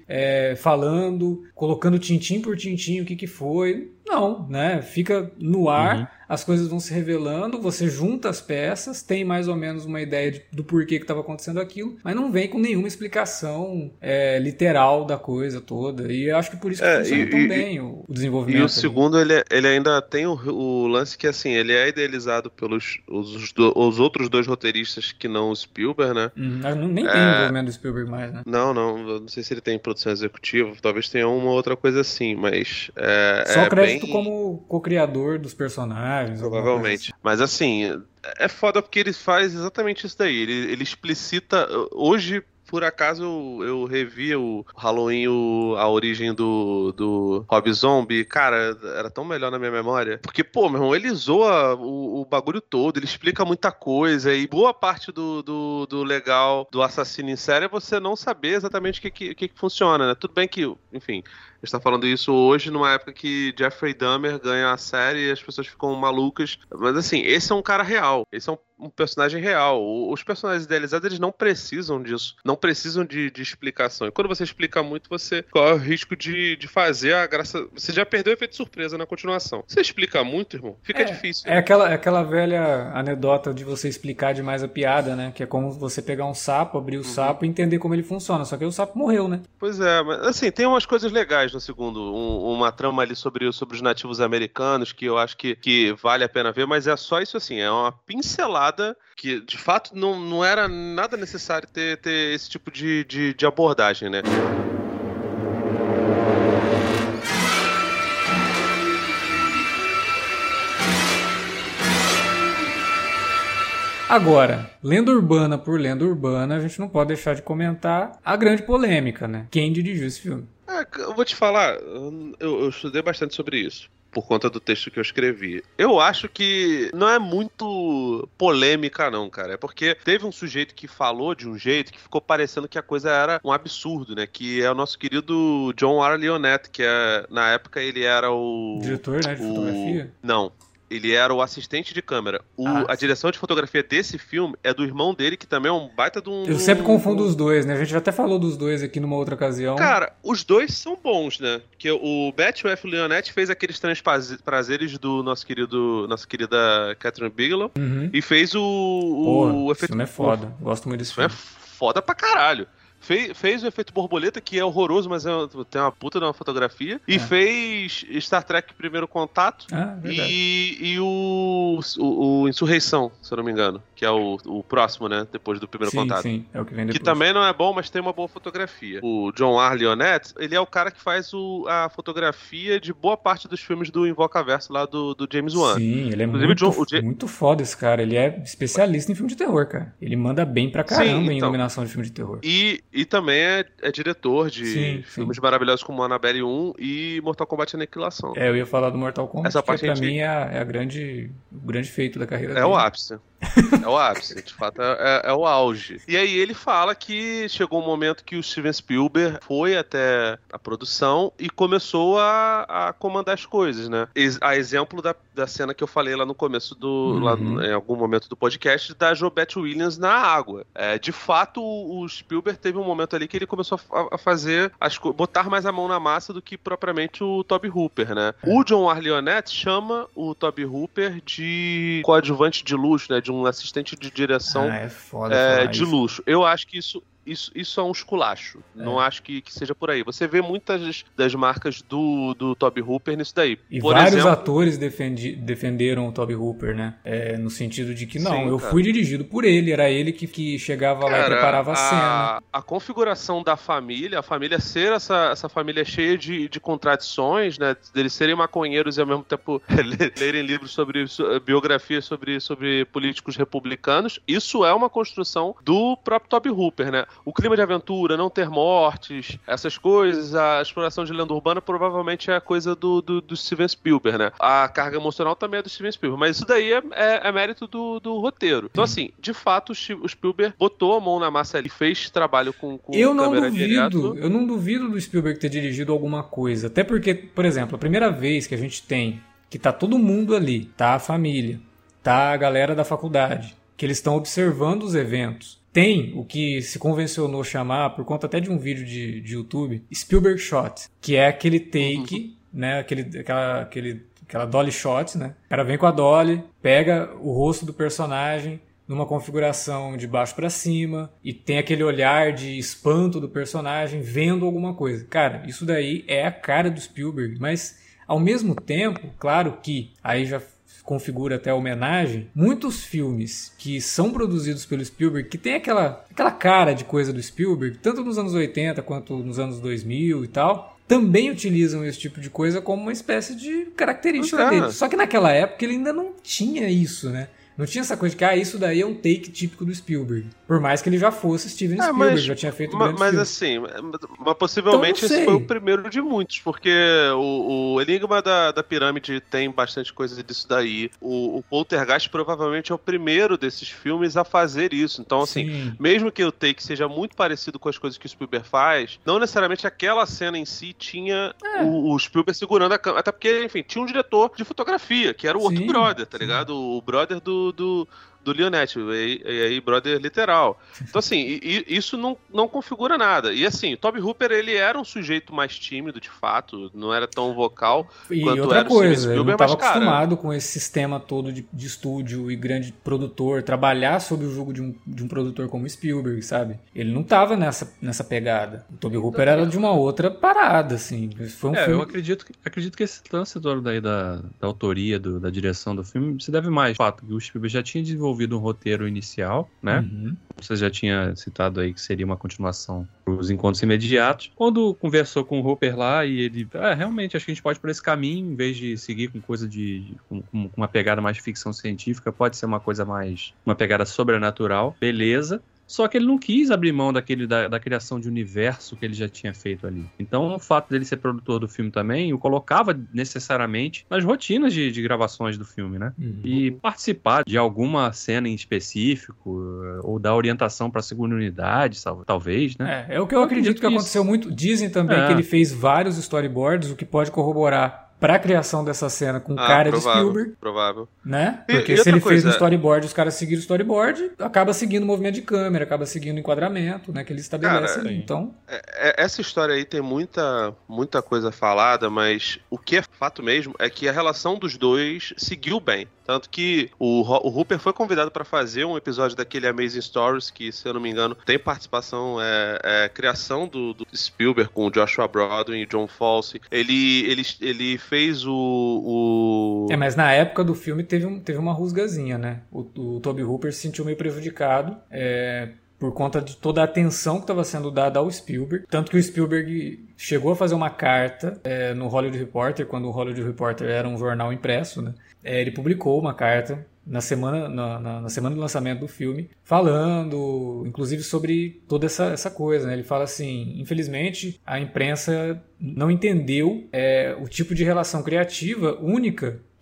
falando, colocando tintim por tintim o que foi. Não, né? Fica no ar, as coisas vão se revelando, você junta as peças, tem mais ou menos uma ideia do porquê que estava acontecendo aquilo, mas não vem com nenhuma explicação literal da coisa toda. E eu acho que por isso que funciona tão bem o desenvolvimento. E o segundo, ele ainda tem o lance que, assim, ele é idealizado pelos os outros dois roteiristas que não o Spielberg, né? Nem tem envolvimento do Spielberg mais, né? Não sei se ele tem produção executiva, talvez tenha uma outra coisa assim, mas... Só crédito como co-criador dos personagens. Provavelmente. Assim. Mas assim, é foda porque ele faz exatamente isso daí. Ele explicita... Hoje, por acaso, eu revi o Halloween, a origem do Rob Zombie. Cara, era tão melhor na minha memória. Porque, pô, meu irmão, ele zoa o bagulho todo, ele explica muita coisa. E boa parte do legal do assassino em série é você não saber exatamente o que funciona, né? Tudo bem que, enfim... A gente tá falando isso hoje, numa época que Jeffrey Dahmer ganha a série e as pessoas ficam malucas. Mas assim, esse é um cara real. Esse é um personagem real. Os personagens idealizados, eles não precisam disso. Não precisam de explicação. E quando você explica muito, você corre o risco de fazer a graça... Você já perdeu o efeito surpresa na continuação. Você explica muito, irmão, fica difícil. É aquela velha anedota de você explicar demais a piada, né? Que é como você pegar um sapo, abrir o sapo e entender como ele funciona. Só que o sapo morreu, né? Pois é, mas assim, tem umas coisas legais no segundo, uma trama ali sobre os nativos americanos, que eu acho que vale a pena ver, mas é só isso assim, é uma pincelada que, de fato, não era nada necessário ter esse tipo de abordagem, né? Agora, lenda urbana por lenda urbana, a gente não pode deixar de comentar a grande polêmica, né? Quem dirigiu esse filme? Eu vou te falar, eu estudei bastante sobre isso, por conta do texto que eu escrevi. Eu acho que não é muito polêmica não, cara. É porque teve um sujeito que falou de um jeito que ficou parecendo que a coisa era um absurdo, né? Que é o nosso querido John R. Leonette, que na época ele era o... Diretor, né? De fotografia? Não. Ele era o assistente de câmera. A direção de fotografia desse filme é do irmão dele, que também é um baita de um... Eu sempre confundo os dois, né? A gente já até falou dos dois aqui numa outra ocasião. Cara, os dois são bons, né? Porque o Matthew F. Leonette fez aqueles Estranhos Prazeres do nossa querida Catherine Bigelow. E fez o efeito... Esse filme é foda. Gosto muito desse filme. É foda pra caralho. Fez o Efeito Borboleta, que é horroroso, mas tem uma puta de uma fotografia. E fez Star Trek Primeiro Contato. E o Insurreição, se eu não me engano. Que é o próximo, né? Depois do Primeiro Contato. Sim, é o que vem depois. Que também não é bom, mas tem uma boa fotografia. O John R. Leonette, ele é o cara que faz a fotografia de boa parte dos filmes do Invocaverso lá do James Wan. Sim, ele é muito foda esse cara. Ele é especialista em filme de terror, cara. Ele manda bem pra caramba em iluminação de filme de terror. E também é diretor de filmes maravilhosos como Annabelle 1 e Mortal Kombat Aniquilação. Eu ia falar do Mortal Kombat, essa parte pra mim é o grande feito da carreira dele. É o ápice. É o ápice, de fato é o auge. E aí ele fala que chegou um momento que o Steven Spielberg foi até a produção e começou a comandar as coisas, né? A exemplo da cena que eu falei lá no começo lá em algum momento do podcast, da JoBeth Williams na água. De fato, o Spielberg teve um momento ali que ele começou a fazer botar mais a mão na massa do que propriamente o Tobe Hooper, né? O John Arleonette chama o Tobe Hooper de coadjuvante de luxo, né? De um assistente de direção de luxo. Eu acho que isso é um esculacho. Não acho que seja por aí. Você vê muitas das marcas do Tobe Hooper nisso daí. E por vários exemplo, atores defenderam o Tobe Hooper, né? No sentido de que não, eu fui dirigido por ele, era ele que chegava lá e preparava a cena. A configuração da família, a família ser essa família cheia de contradições, né? Deles serem maconheiros e ao mesmo tempo lerem livros sobre biografias sobre políticos republicanos, isso é uma construção do próprio Tobe Hooper, né? O clima de aventura, não ter mortes, essas coisas, a exploração de lenda urbana provavelmente é a coisa do Steven Spielberg, né? A carga emocional também é do Steven Spielberg, mas isso daí é mérito do roteiro. Então, assim, de fato, o Spielberg botou a mão na massa ali, fez trabalho com câmera direto. Eu não duvido do Spielberg ter dirigido alguma coisa, até porque, por exemplo, a primeira vez que a gente tem que tá todo mundo ali, tá a família, tá a galera da faculdade, que eles estão observando os eventos. Tem o que se convencionou chamar, por conta até de um vídeo de YouTube, Spielberg Shot, que é aquele take, né, aquela dolly shot, né? O cara vem com a dolly, pega o rosto do personagem numa configuração de baixo para cima e tem aquele olhar de espanto do personagem vendo alguma coisa. Cara, isso daí é a cara do Spielberg, mas ao mesmo tempo, claro que aí já configura até a homenagem, muitos filmes que são produzidos pelo Spielberg, que tem aquela cara de coisa do Spielberg, tanto nos anos 80 quanto nos anos 2000 e tal, também utilizam esse tipo de coisa como uma espécie de característica dele. Só que naquela época ele ainda não tinha isso, né? Não tinha essa coisa de que isso daí é um take típico do Spielberg. Por mais que ele já fosse Steven Spielberg, já tinha feito grandes filmes. Assim, possivelmente então, esse foi o primeiro de muitos, porque o Enigma da Pirâmide tem bastante coisa disso daí. O Poltergeist provavelmente é o primeiro desses filmes a fazer isso. Então, assim, mesmo que o take seja muito parecido com as coisas que o Spielberg faz, não necessariamente aquela cena em si tinha o Spielberg segurando a câmera. Até porque, enfim, tinha um diretor de fotografia, que era o outro brother, tá ligado? O brother do Leonette, e aí brother literal. Então, assim, isso não configura nada. E, assim, o Tobe Hooper, ele era um sujeito mais tímido, de fato, não era tão vocal quanto outra era coisa, o Steven Spielberg, ele não estava acostumado com esse sistema todo de estúdio e grande produtor, trabalhar sob o jugo de um produtor como Spielberg, sabe? Ele não estava nessa pegada. O Tobe Hooper era de uma outra parada, assim. Foi um filme... Eu acredito que esse lance todo daí da autoria, da direção do filme, se deve mais ao fato que o Spielberg já tinha desenvolvido um roteiro inicial, né? Você já tinha citado aí que seria uma continuação para os encontros imediatos. Quando conversou com o Hooper lá e ele, realmente, acho que a gente pode ir por esse caminho, em vez de seguir com coisa com uma pegada mais de ficção científica, pode ser uma coisa mais, uma pegada sobrenatural, beleza. Só que ele não quis abrir mão da criação de universo que ele já tinha feito ali. Então, o fato dele ser produtor do filme também o colocava necessariamente nas rotinas de gravações do filme, né? E participar de alguma cena em específico, ou dar orientação para a segunda unidade, talvez, né? É o que eu acredito que aconteceu muito. Dizem também que ele fez vários storyboards, o que pode corroborar para a criação dessa cena com cara de Spielberg. Provável. Né? Porque se ele fez no storyboard, os caras seguiram o storyboard, acaba seguindo o movimento de câmera, acaba seguindo o enquadramento, né, que ele estabelece ali. Então... Essa história aí tem muita coisa falada, mas o que é fato mesmo é que a relação dos dois seguiu bem. Tanto que o Hooper foi convidado para fazer um episódio daquele Amazing Stories, que, se eu não me engano, tem participação, criação do Spielberg com o Joshua Brolin e John Falsey. Ele fez mas na época do filme teve uma rusgazinha, né? O Tobe Hooper se sentiu meio prejudicado, por conta de toda a atenção que estava sendo dada ao Spielberg. Tanto que o Spielberg chegou a fazer uma carta no Hollywood Reporter, quando o Hollywood Reporter era um jornal impresso, né? Ele publicou uma carta na semana do lançamento do filme, falando, inclusive, sobre toda essa coisa, né? Ele fala assim, infelizmente, a imprensa não entendeu o tipo de relação criativa única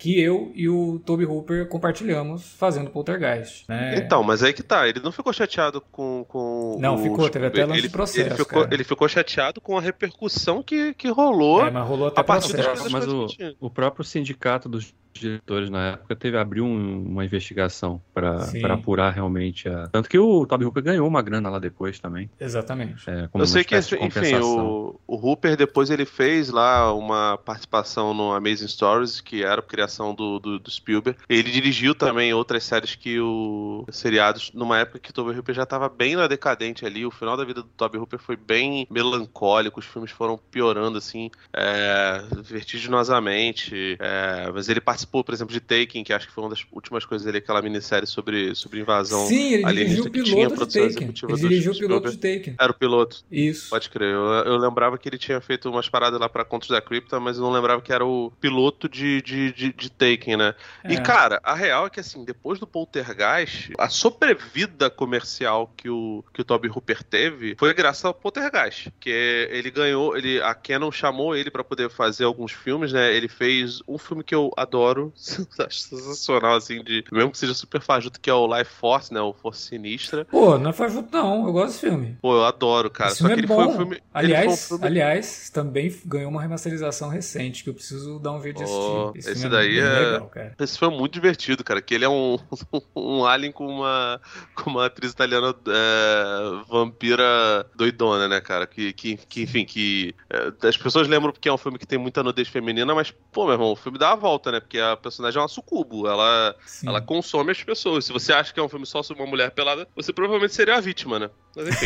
que eu e o Tobe Hooper compartilhamos fazendo Poltergeist, né? Então, mas aí que tá, ele não ficou chateado com não, ficou, teve até lance de processo, ele ficou chateado com a repercussão que rolou. Mas rolou até a partir das processo. coisas Mas o próprio sindicato dos diretores na época abriu uma investigação para apurar realmente tanto que o Tobe Hooper ganhou uma grana lá depois também. Exatamente. Eu sei que, enfim, o Hooper depois ele fez lá uma participação no Amazing Stories, que era a criação do Spielberg. Ele dirigiu também outras séries seriados, numa época que o Tobe Hooper já estava bem na decadente ali. O final da vida do Tobe Hooper foi bem melancólico, os filmes foram piorando assim, vertiginosamente. Mas ele participou, por exemplo, de Taken, que acho que foi uma das últimas coisas dele, aquela minissérie sobre invasão. Sim, ele dirigiu o piloto de Taken. Ele dirigiu o piloto de Taken. Era o piloto. Isso. Pode crer. Eu lembrava que ele tinha feito umas paradas lá pra Contos da Cripta, mas eu não lembrava que era o piloto de Taken, né? E, cara, a real é que, assim, depois do Poltergeist, a sobrevida comercial que o Tobe Hooper teve foi graças ao Poltergeist. Que ele ganhou, a Canon chamou ele pra poder fazer alguns filmes, né? Ele fez um filme que eu adoro, acho sensacional, assim, mesmo que seja super fajuto, que é o Life Force, né? O Força Sinistra. Pô, não é fajuto não, eu gosto desse filme. Pô, eu adoro, cara. Só que ele foi um filme... Aliás, também ganhou uma remasterização recente, que eu preciso dar um jeito de assistir. Esse daí legal, cara. Esse foi muito divertido, cara, que ele é um alien com uma atriz italiana vampira doidona, né, cara? Que enfim, as pessoas lembram porque é um filme que tem muita nudez feminina, mas, pô, meu irmão, o filme dá a volta, né? Porque a personagem é uma sucubo, ela consome as pessoas. Se você acha que é um filme só sobre uma mulher pelada, você provavelmente seria a vítima, né? Mas enfim.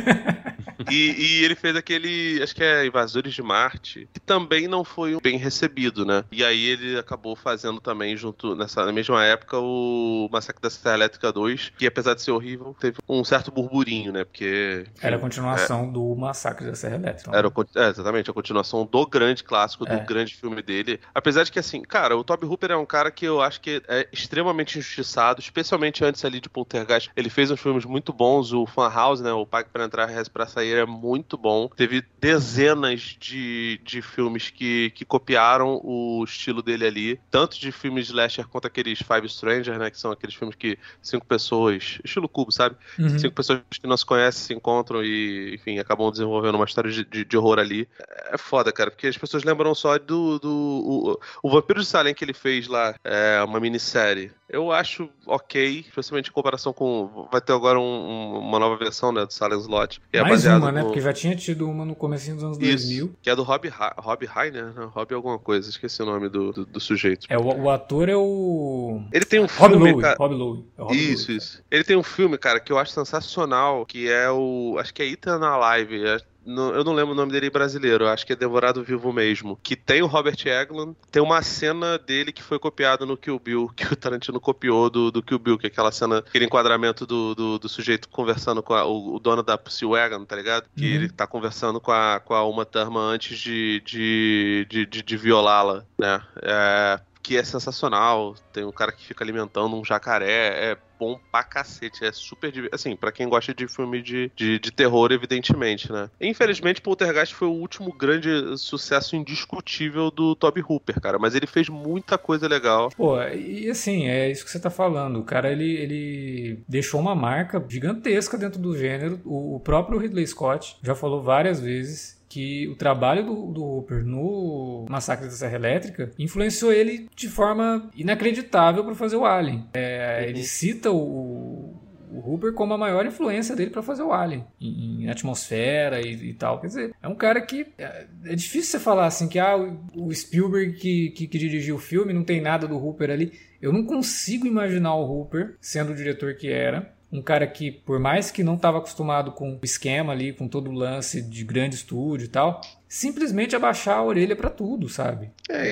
E ele fez aquele, acho que é Invasores de Marte, que também não foi bem recebido, né? E aí ele acabou fazendo também, na mesma época, o Massacre da Serra Elétrica 2, que apesar de ser horrível, teve um certo burburinho, né? Porque... Era a continuação do Massacre da Serra Elétrica. Era exatamente, a continuação do grande clássico, do grande filme dele. Apesar de que, assim, cara, o Tobe Hooper é um cara que eu acho que é extremamente injustiçado, especialmente antes ali de Poltergeist. Ele fez uns filmes muito bons, o Funhouse, né? O Pague pra Entrar, Reze pra Sair é muito bom. Teve dezenas de filmes que copiaram o estilo dele ali, tanto de filmes de slasher quanto aqueles Five Strangers, né? Que são aqueles filmes que 5 pessoas, estilo Cubo, sabe? 5 pessoas que não se conhecem se encontram e, enfim, acabam desenvolvendo uma história de horror ali. É foda, cara, porque as pessoas lembram só o Vampiro de Salem que ele fez lá, uma minissérie. Eu acho ok, especialmente em comparação com... Vai ter agora uma nova versão, né, do Silent Slot. Que é mais uma, né? Porque já tinha tido uma no comecinho dos anos 2000. Que é do Rob Reiner, né? Rob alguma coisa, esqueci o nome do sujeito. O ator é o... Ele tem um filme, cara... Rob Lowe. Isso. Ele tem um filme, cara, que eu acho sensacional, que é acho que é Ethan Alive, eu não lembro o nome dele brasileiro, acho que é Devorado Vivo mesmo. Que tem o Robert Englund, tem uma cena dele que foi copiada no Kill Bill, que o Tarantino copiou do Kill Bill, que é aquela cena, aquele enquadramento do sujeito conversando com o dono da Pussy Wagon, tá ligado? Que ele tá conversando com a Uma Thurman antes de violá-la, né? Que é sensacional. Tem um cara que fica alimentando um jacaré, é bom pra cacete, é super assim, pra quem gosta de filme de terror, evidentemente, né? Infelizmente, Poltergeist foi o último grande sucesso indiscutível do Tobe Hooper, cara, mas ele fez muita coisa legal. Pô, e assim, é isso que você tá falando, o cara, ele deixou uma marca gigantesca dentro do gênero. O próprio Ridley Scott já falou várias vezes que o trabalho do Hooper no Massacre da Serra Elétrica influenciou ele de forma inacreditável para fazer o Alien. Ele cita o Hooper como a maior influência dele para fazer o Alien, em atmosfera e tal. Quer dizer, é um cara que... É difícil você falar assim que o Spielberg que dirigiu o filme não tem nada do Hooper ali. Eu não consigo imaginar o Hooper sendo o diretor que era. Um cara que, por mais que não estava acostumado com o esquema ali, com todo o lance de grande estúdio e tal, simplesmente abaixar a orelha pra tudo, sabe?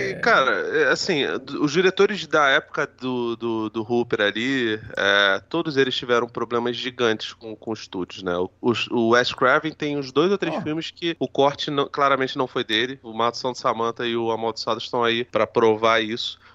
Cara, assim, os diretores da época do Hooper ali, todos eles tiveram problemas gigantes com estúdios, né? O Wes Craven tem uns 2 ou 3 filmes que o corte claramente não foi dele. O Maldição de Samantha e o Amaldiçoado estão aí pra provar isso.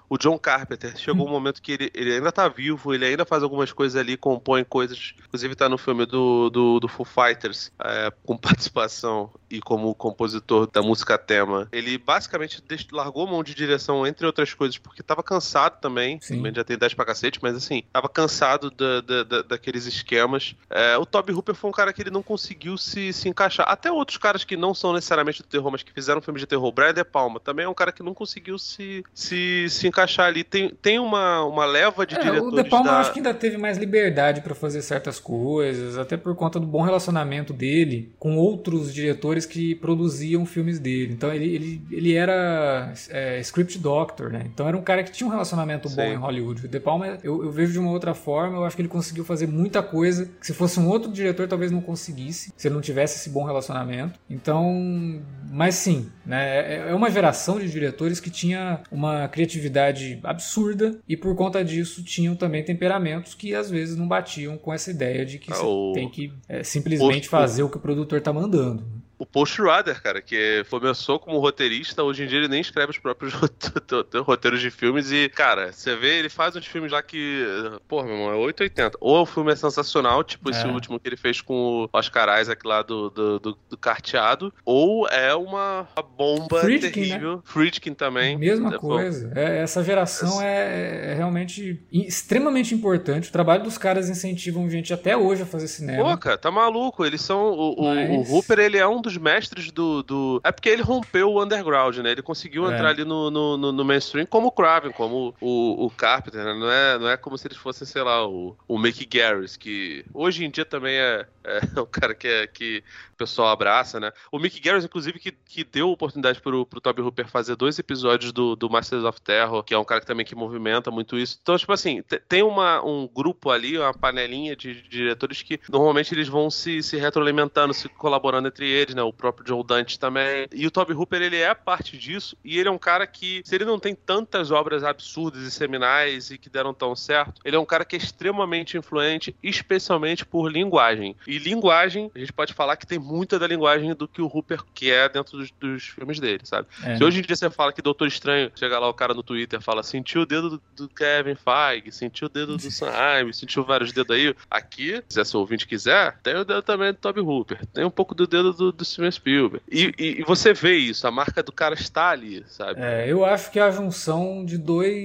o John Carpenter chegou um momento que ele ainda tá vivo, ele ainda faz algumas coisas ali, compõe coisas, inclusive tá no filme do Foo Fighters, com participação e como compositor da música tema. Ele basicamente largou mão de direção, entre outras coisas, porque tava cansado também já tem 10 pra cacete, mas assim, tava cansado daqueles esquemas. O Tobe Hooper foi um cara que ele não conseguiu se encaixar. Até outros caras que não são necessariamente do terror, mas que fizeram filme de terror. Brian De Palma também é um cara que não conseguiu se encaixar ali. Tem uma leva de diretores. O De Palma eu acho que ainda teve mais liberdade pra fazer certas coisas, até por conta do bom relacionamento dele com outros diretores que produziam filmes dele. Então ele era script doctor, né? Então era um cara que tinha um relacionamento bom em Hollywood. O De Palma eu vejo de uma outra forma. Eu acho que ele conseguiu fazer muita coisa que se fosse um outro diretor talvez não conseguisse, se ele não tivesse esse bom relacionamento. Então, mas sim, né? É uma geração de diretores que tinha uma criatividade absurda e por conta disso tinham também temperamentos que às vezes não batiam com essa ideia de que você tem que simplesmente fazer o que o produtor tá mandando. O Paul Schrader, cara, que começou como roteirista, hoje em dia ele nem escreve os próprios roteiros de filmes e, cara, você vê, ele faz uns filmes lá que, porra, meu irmão, é 880. Ou o filme é sensacional, tipo esse último que ele fez com o Oscar Isaac lá do Carteado, ou é uma bomba terrível. Né? Friedkin também. Mesma coisa. Essa geração é realmente extremamente importante. O trabalho dos caras incentivam gente até hoje a fazer cinema. Pô, cara, tá maluco. Eles são... O Hooper, ele é um dos mestres do... É porque ele rompeu o underground, né? Ele conseguiu entrar ali no mainstream como o Craven, como o Carpenter, né? Não é como se eles fossem, sei lá, o Mickey Garris, que hoje em dia também é o cara que o pessoal abraça, né? O Mickey Garris, inclusive, que deu oportunidade pro Tobe Hooper fazer 2 episódios do Masters of Terror, que é um cara que também movimenta muito isso. Então, tipo assim, tem um grupo ali, uma panelinha de diretores que normalmente eles vão se retroalimentando, se colaborando entre eles, né? O próprio Joe Dante também. E o Tobe Hooper, ele é parte disso, e ele é um cara que, se ele não tem tantas obras absurdas e seminais e que deram tão certo, ele é um cara que é extremamente influente, especialmente por linguagem. E linguagem, a gente pode falar que tem muita da linguagem do que o Hooper quer dentro dos filmes dele, sabe? Se hoje em dia você fala que Doutor Estranho, chega lá o cara no Twitter, fala, sentiu o dedo do Kevin Feige, sentiu o dedo do Sam Raimi, sentiu vários dedos aí. Aqui, se esse ouvinte quiser, tem o dedo também do Tobe Hooper, tem um pouco do dedo do Steven Spielberg. E você vê isso, a marca do cara está ali, sabe? Eu acho que é a junção de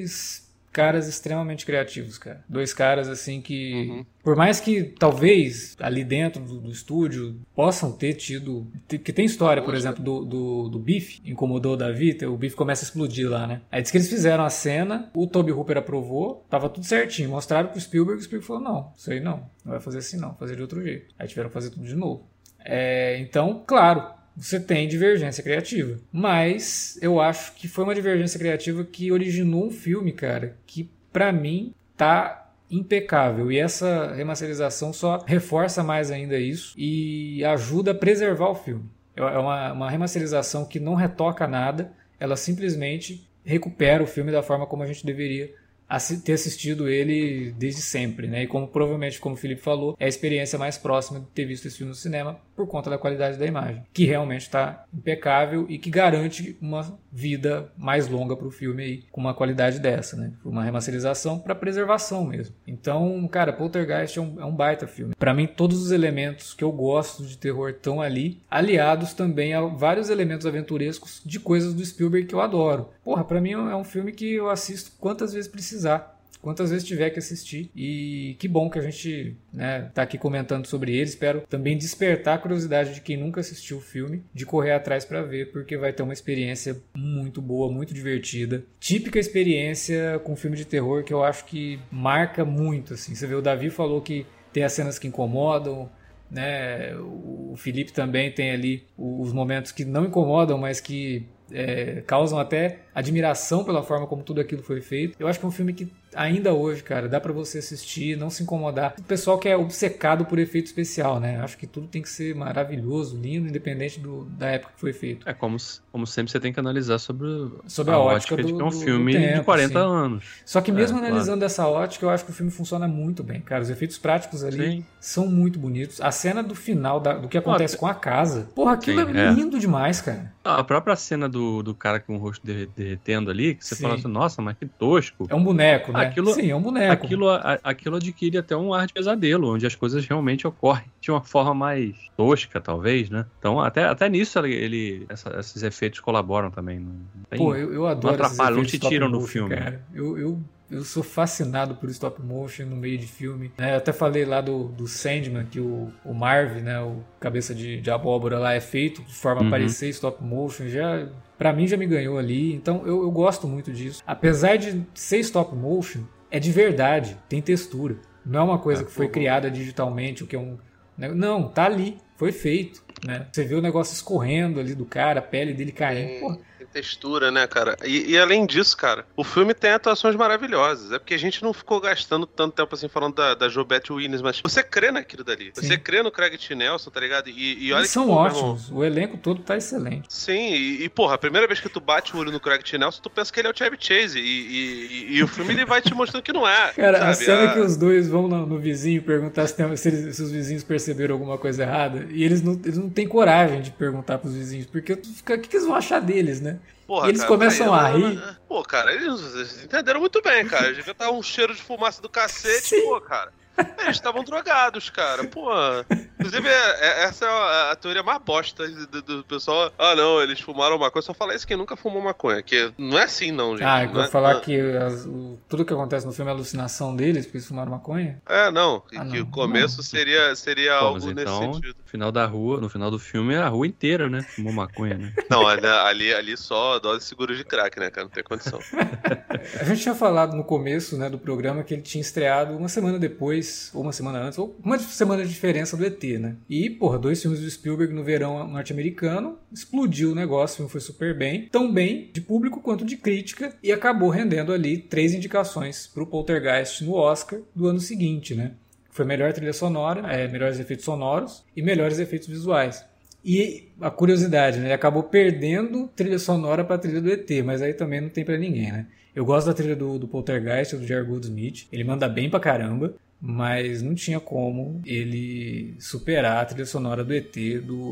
2 caras extremamente criativos, cara. 2 caras, assim, que... Por mais que, talvez, ali dentro do estúdio, possam ter tido... Que tem história, por exemplo, do Biff, incomodou o Davi, o Biff começa a explodir lá, né? Aí diz que eles fizeram a cena, o Tobe Hooper aprovou, tava tudo certinho, mostraram pro Spielberg, o Spielberg falou, não, isso aí não vai fazer assim não, fazer de outro jeito. Aí tiveram que fazer tudo de novo. Então, claro, você tem divergência criativa. Mas eu acho que foi uma divergência criativa que originou um filme, cara, que pra mim tá impecável. E essa remasterização só reforça mais ainda isso e ajuda a preservar o filme. É uma remasterização que não retoca nada, ela simplesmente recupera o filme da forma como a gente deveria ter assistido ele desde sempre, né? E provavelmente, como o Felipe falou, é a experiência mais próxima de ter visto esse filme no cinema por conta da qualidade da imagem, que realmente está impecável e que garante uma vida mais longa para o filme aí, com uma qualidade dessa, né? Uma remasterização para preservação mesmo. Então, cara, Poltergeist é um baita filme. Para mim, todos os elementos que eu gosto de terror estão ali, aliados também a vários elementos aventurescos de coisas do Spielberg que eu adoro. Porra, pra mim é um filme que eu assisto quantas vezes precisar, quantas vezes tiver que assistir, e que bom que a gente, né, tá aqui comentando sobre ele. Espero também despertar a curiosidade de quem nunca assistiu o filme, de correr atrás pra ver, porque vai ter uma experiência muito boa, muito divertida, típica experiência com filme de terror que eu acho que marca muito, assim. Você vê, o Davi falou que tem as cenas que incomodam, né, o Felipe também tem ali os momentos que não incomodam, mas que causam até admiração pela forma como tudo aquilo foi feito. Eu acho que é um filme que ainda hoje, cara, dá pra você assistir, não se incomodar. O pessoal que é obcecado por efeito especial, né? Acho que tudo tem que ser maravilhoso, lindo, independente da época que foi feito. Como sempre, você tem que analisar sobre a ótica de que é um do filme tempo, de 40 sim. anos. Só que mesmo analisando essa ótica, eu acho que o filme funciona muito bem, cara. Os efeitos práticos ali são muito bonitos. A cena do final, do que acontece com a casa, porra, aquilo é lindo demais, cara. A própria cena do cara com o rosto derretendo ali, que você fala assim, nossa, mas que tosco. É um boneco, né? Sim, é um boneco. Aquilo adquire até um ar de pesadelo, onde as coisas realmente ocorrem de uma forma mais tosca, talvez, né? Então, até nisso esses efeitos colaboram também. Eu adoro não atrapalham, não te tiram do filme. Cara. Eu sou fascinado por stop motion no meio de filme. Eu até falei lá do Sandman, que o Marv, né, o cabeça de abóbora lá, é feito de forma a parecer stop motion. Pra mim já me ganhou ali. Então eu gosto muito disso. Apesar de ser stop motion, é de verdade, tem textura. Não é uma coisa que foi criada digitalmente, o que é um... Não, tá ali, foi feito. Né? Você vê o negócio escorrendo ali do cara, a pele dele caindo. Porra. Tem textura, né, cara? E além disso, cara, o filme tem atuações maravilhosas. É porque a gente não ficou gastando tanto tempo assim falando da Jobette Williams, mas você crê naquilo dali. Sim. Você crê no Craig T. Nelson, tá ligado? E olha eles são ótimos. O elenco todo tá excelente. Sim, porra, a primeira vez que tu bate o olho no Craig T. Nelson, tu pensa que ele é o Chevy Chase. E o filme ele vai te mostrando que não é. Cara, sabe? A cena que os dois vão no vizinho perguntar se os vizinhos perceberam alguma coisa errada, e eles não têm coragem de perguntar pros vizinhos, porque o que eles vão achar deles, né? Porra, e eles começam a rir. Pô, cara, eles entenderam muito bem, cara. Devia estar um cheiro de fumaça do cacete, Sim. Pô, cara. Eles estavam drogados, cara. Pô. Inclusive, essa é a teoria mais bosta do pessoal. Ah, não, eles fumaram maconha. Só fala isso quem nunca fumou maconha. Que não é assim, não, gente. Eu vou falar que tudo que acontece no filme é alucinação deles, porque eles fumaram maconha? Não. Que o começo seria algo nesse sentido. No final do filme, a rua inteira, né? Fumou maconha, né? Não, ali só dose segura de crack, né, cara? Não tem condição. A gente tinha falado no começo, né, do programa que ele tinha estreado uma semana depois, ou uma semana antes, ou uma semana de diferença do ET, né? E, 2 filmes do Spielberg no verão norte-americano, explodiu o negócio, o filme foi super bem, tão bem de público quanto de crítica, e acabou rendendo ali 3 indicações pro Poltergeist no Oscar do ano seguinte, né? Foi melhor trilha sonora, melhores efeitos sonoros e melhores efeitos visuais. E a curiosidade, né? Ele acabou perdendo trilha sonora pra trilha do ET, mas aí também não tem pra ninguém, né? Eu gosto da trilha do Poltergeist, do Jerry Goldsmith. Ele manda bem pra caramba, mas não tinha como ele superar a trilha sonora do ET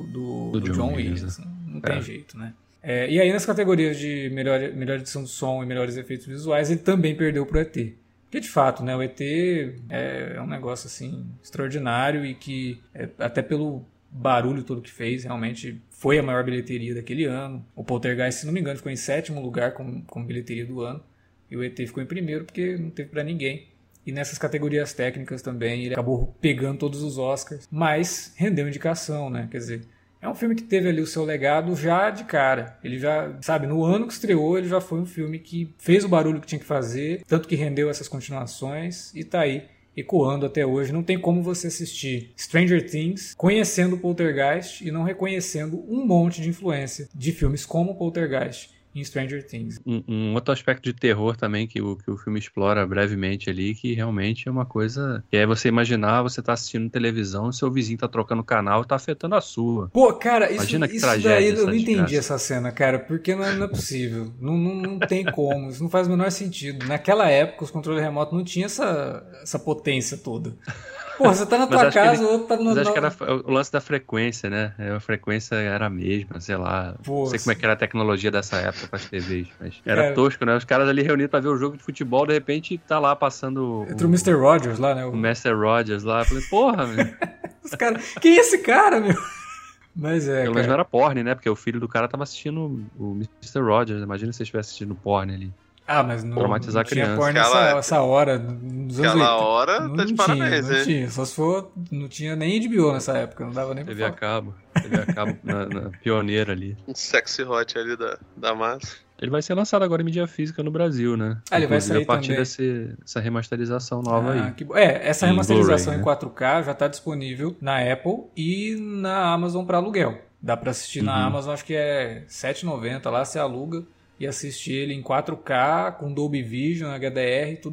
do John Williams. Não tem jeito, né? E aí nas categorias de melhor edição de som e melhores efeitos visuais, ele também perdeu pro ET. Porque, de fato, né, o ET é um negócio, assim, extraordinário e que, até pelo barulho todo que fez, realmente foi a maior bilheteria daquele ano. O Poltergeist, se não me engano, ficou em 7º lugar como bilheteria do ano. E o ET ficou em 1º porque não teve pra ninguém. E nessas categorias técnicas também, ele acabou pegando todos os Oscars. Mas rendeu indicação, né? Quer dizer... É um filme que teve ali o seu legado já de cara. Ele já, sabe, no ano que estreou, ele já foi um filme que fez o barulho que tinha que fazer, tanto que rendeu essas continuações e tá aí, ecoando até hoje. Não tem como você assistir Stranger Things conhecendo o Poltergeist e não reconhecendo um monte de influência de filmes como o Poltergeist em Stranger Things. Um outro aspecto de terror também que o filme explora brevemente ali, que realmente é uma coisa que é você imaginar, você tá assistindo televisão, seu vizinho tá trocando canal e tá afetando a sua. Pô, cara, Imagina que isso tragédia, daí eu não entendi essa cena, cara, porque não é possível. Não tem como, isso não faz o menor sentido. Naquela época, os controles remotos não tinham essa potência toda. Pô, você tá na tua casa, o outro tá no... Mas acho que era o lance da frequência, né? A frequência era a mesma, sei lá. Não sei como é que era a tecnologia dessa época para as TVs, mas era tosco, né? Os caras ali reunidos pra ver o jogo de futebol, de repente tá lá passando... Entra o Mr. Rogers lá, né? O Mr. Rogers lá. Eu falei, porra, meu. Os caras... Quem é esse cara, meu? Mas pelo menos não era porn, né? Porque o filho do cara tava assistindo o Mr. Rogers. Imagina se você estivesse assistindo porn ali. Mas não tinha porn nessa hora. Aquela hora tá de parabéns, não tinha. Só se for... Não tinha nem HBO nessa época. Não dava nem pra falar. TV a cabo na pioneira ali. Um sexy hot ali da massa. Ele vai ser lançado agora em mídia física no Brasil, né? Ele vai sair a partir também. dessa remasterização nova aí. Essa remasterização em 4K já tá disponível na Apple e na Amazon para aluguel. Dá pra assistir na Amazon, acho que é R$7,90 lá, você aluga e assiste ele em 4K, com Dolby Vision, HDR, tudo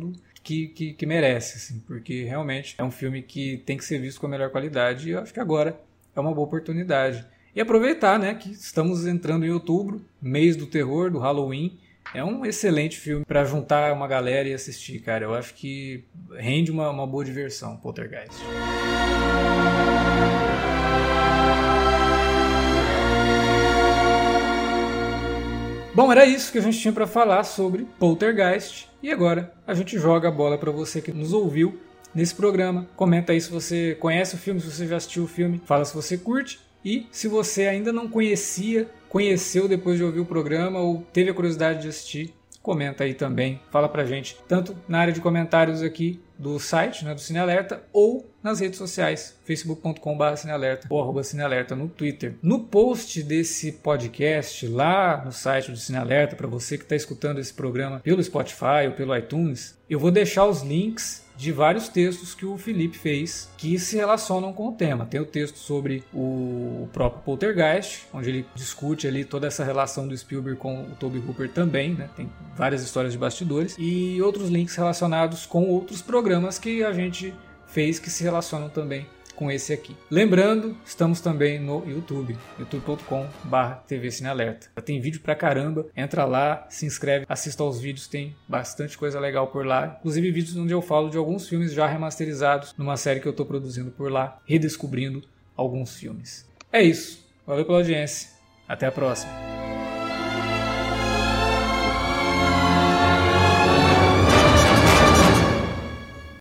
que merece, assim, porque realmente é um filme que tem que ser visto com a melhor qualidade e eu acho que agora é uma boa oportunidade. E aproveitar, né, que estamos entrando em outubro, mês do terror, do Halloween. É um excelente filme para juntar uma galera e assistir, cara. Eu acho que rende uma boa diversão, Poltergeist. Bom, era isso que a gente tinha para falar sobre Poltergeist. E agora a gente joga a bola para você que nos ouviu nesse programa. Comenta aí se você conhece o filme, se você já assistiu o filme. Fala se você curte. E se você ainda não conheceu depois de ouvir o programa ou teve a curiosidade de assistir, comenta aí também. Fala pra gente, tanto na área de comentários aqui do site, né, do Cine Alerta, ou nas redes sociais, facebook.com/cinealerta ou @cinealerta no Twitter. No post desse podcast, lá no site do Cine Alerta, para você que está escutando esse programa pelo Spotify ou pelo iTunes, eu vou deixar os links de vários textos que o Felipe fez que se relacionam com o tema. Tem o texto sobre o próprio Poltergeist, onde ele discute ali toda essa relação do Spielberg com o Tobe Hooper também, né? Tem várias histórias de bastidores e outros links relacionados com outros programas que a gente fez que se relacionam também com esse aqui. Lembrando, estamos também no YouTube, youtube.com/TV Cine Alerta. Já tem vídeo pra caramba, entra lá, se inscreve, assista aos vídeos, tem bastante coisa legal por lá, inclusive vídeos onde eu falo de alguns filmes já remasterizados numa série que eu tô produzindo por lá, redescobrindo alguns filmes. É isso, valeu pela audiência, até a próxima.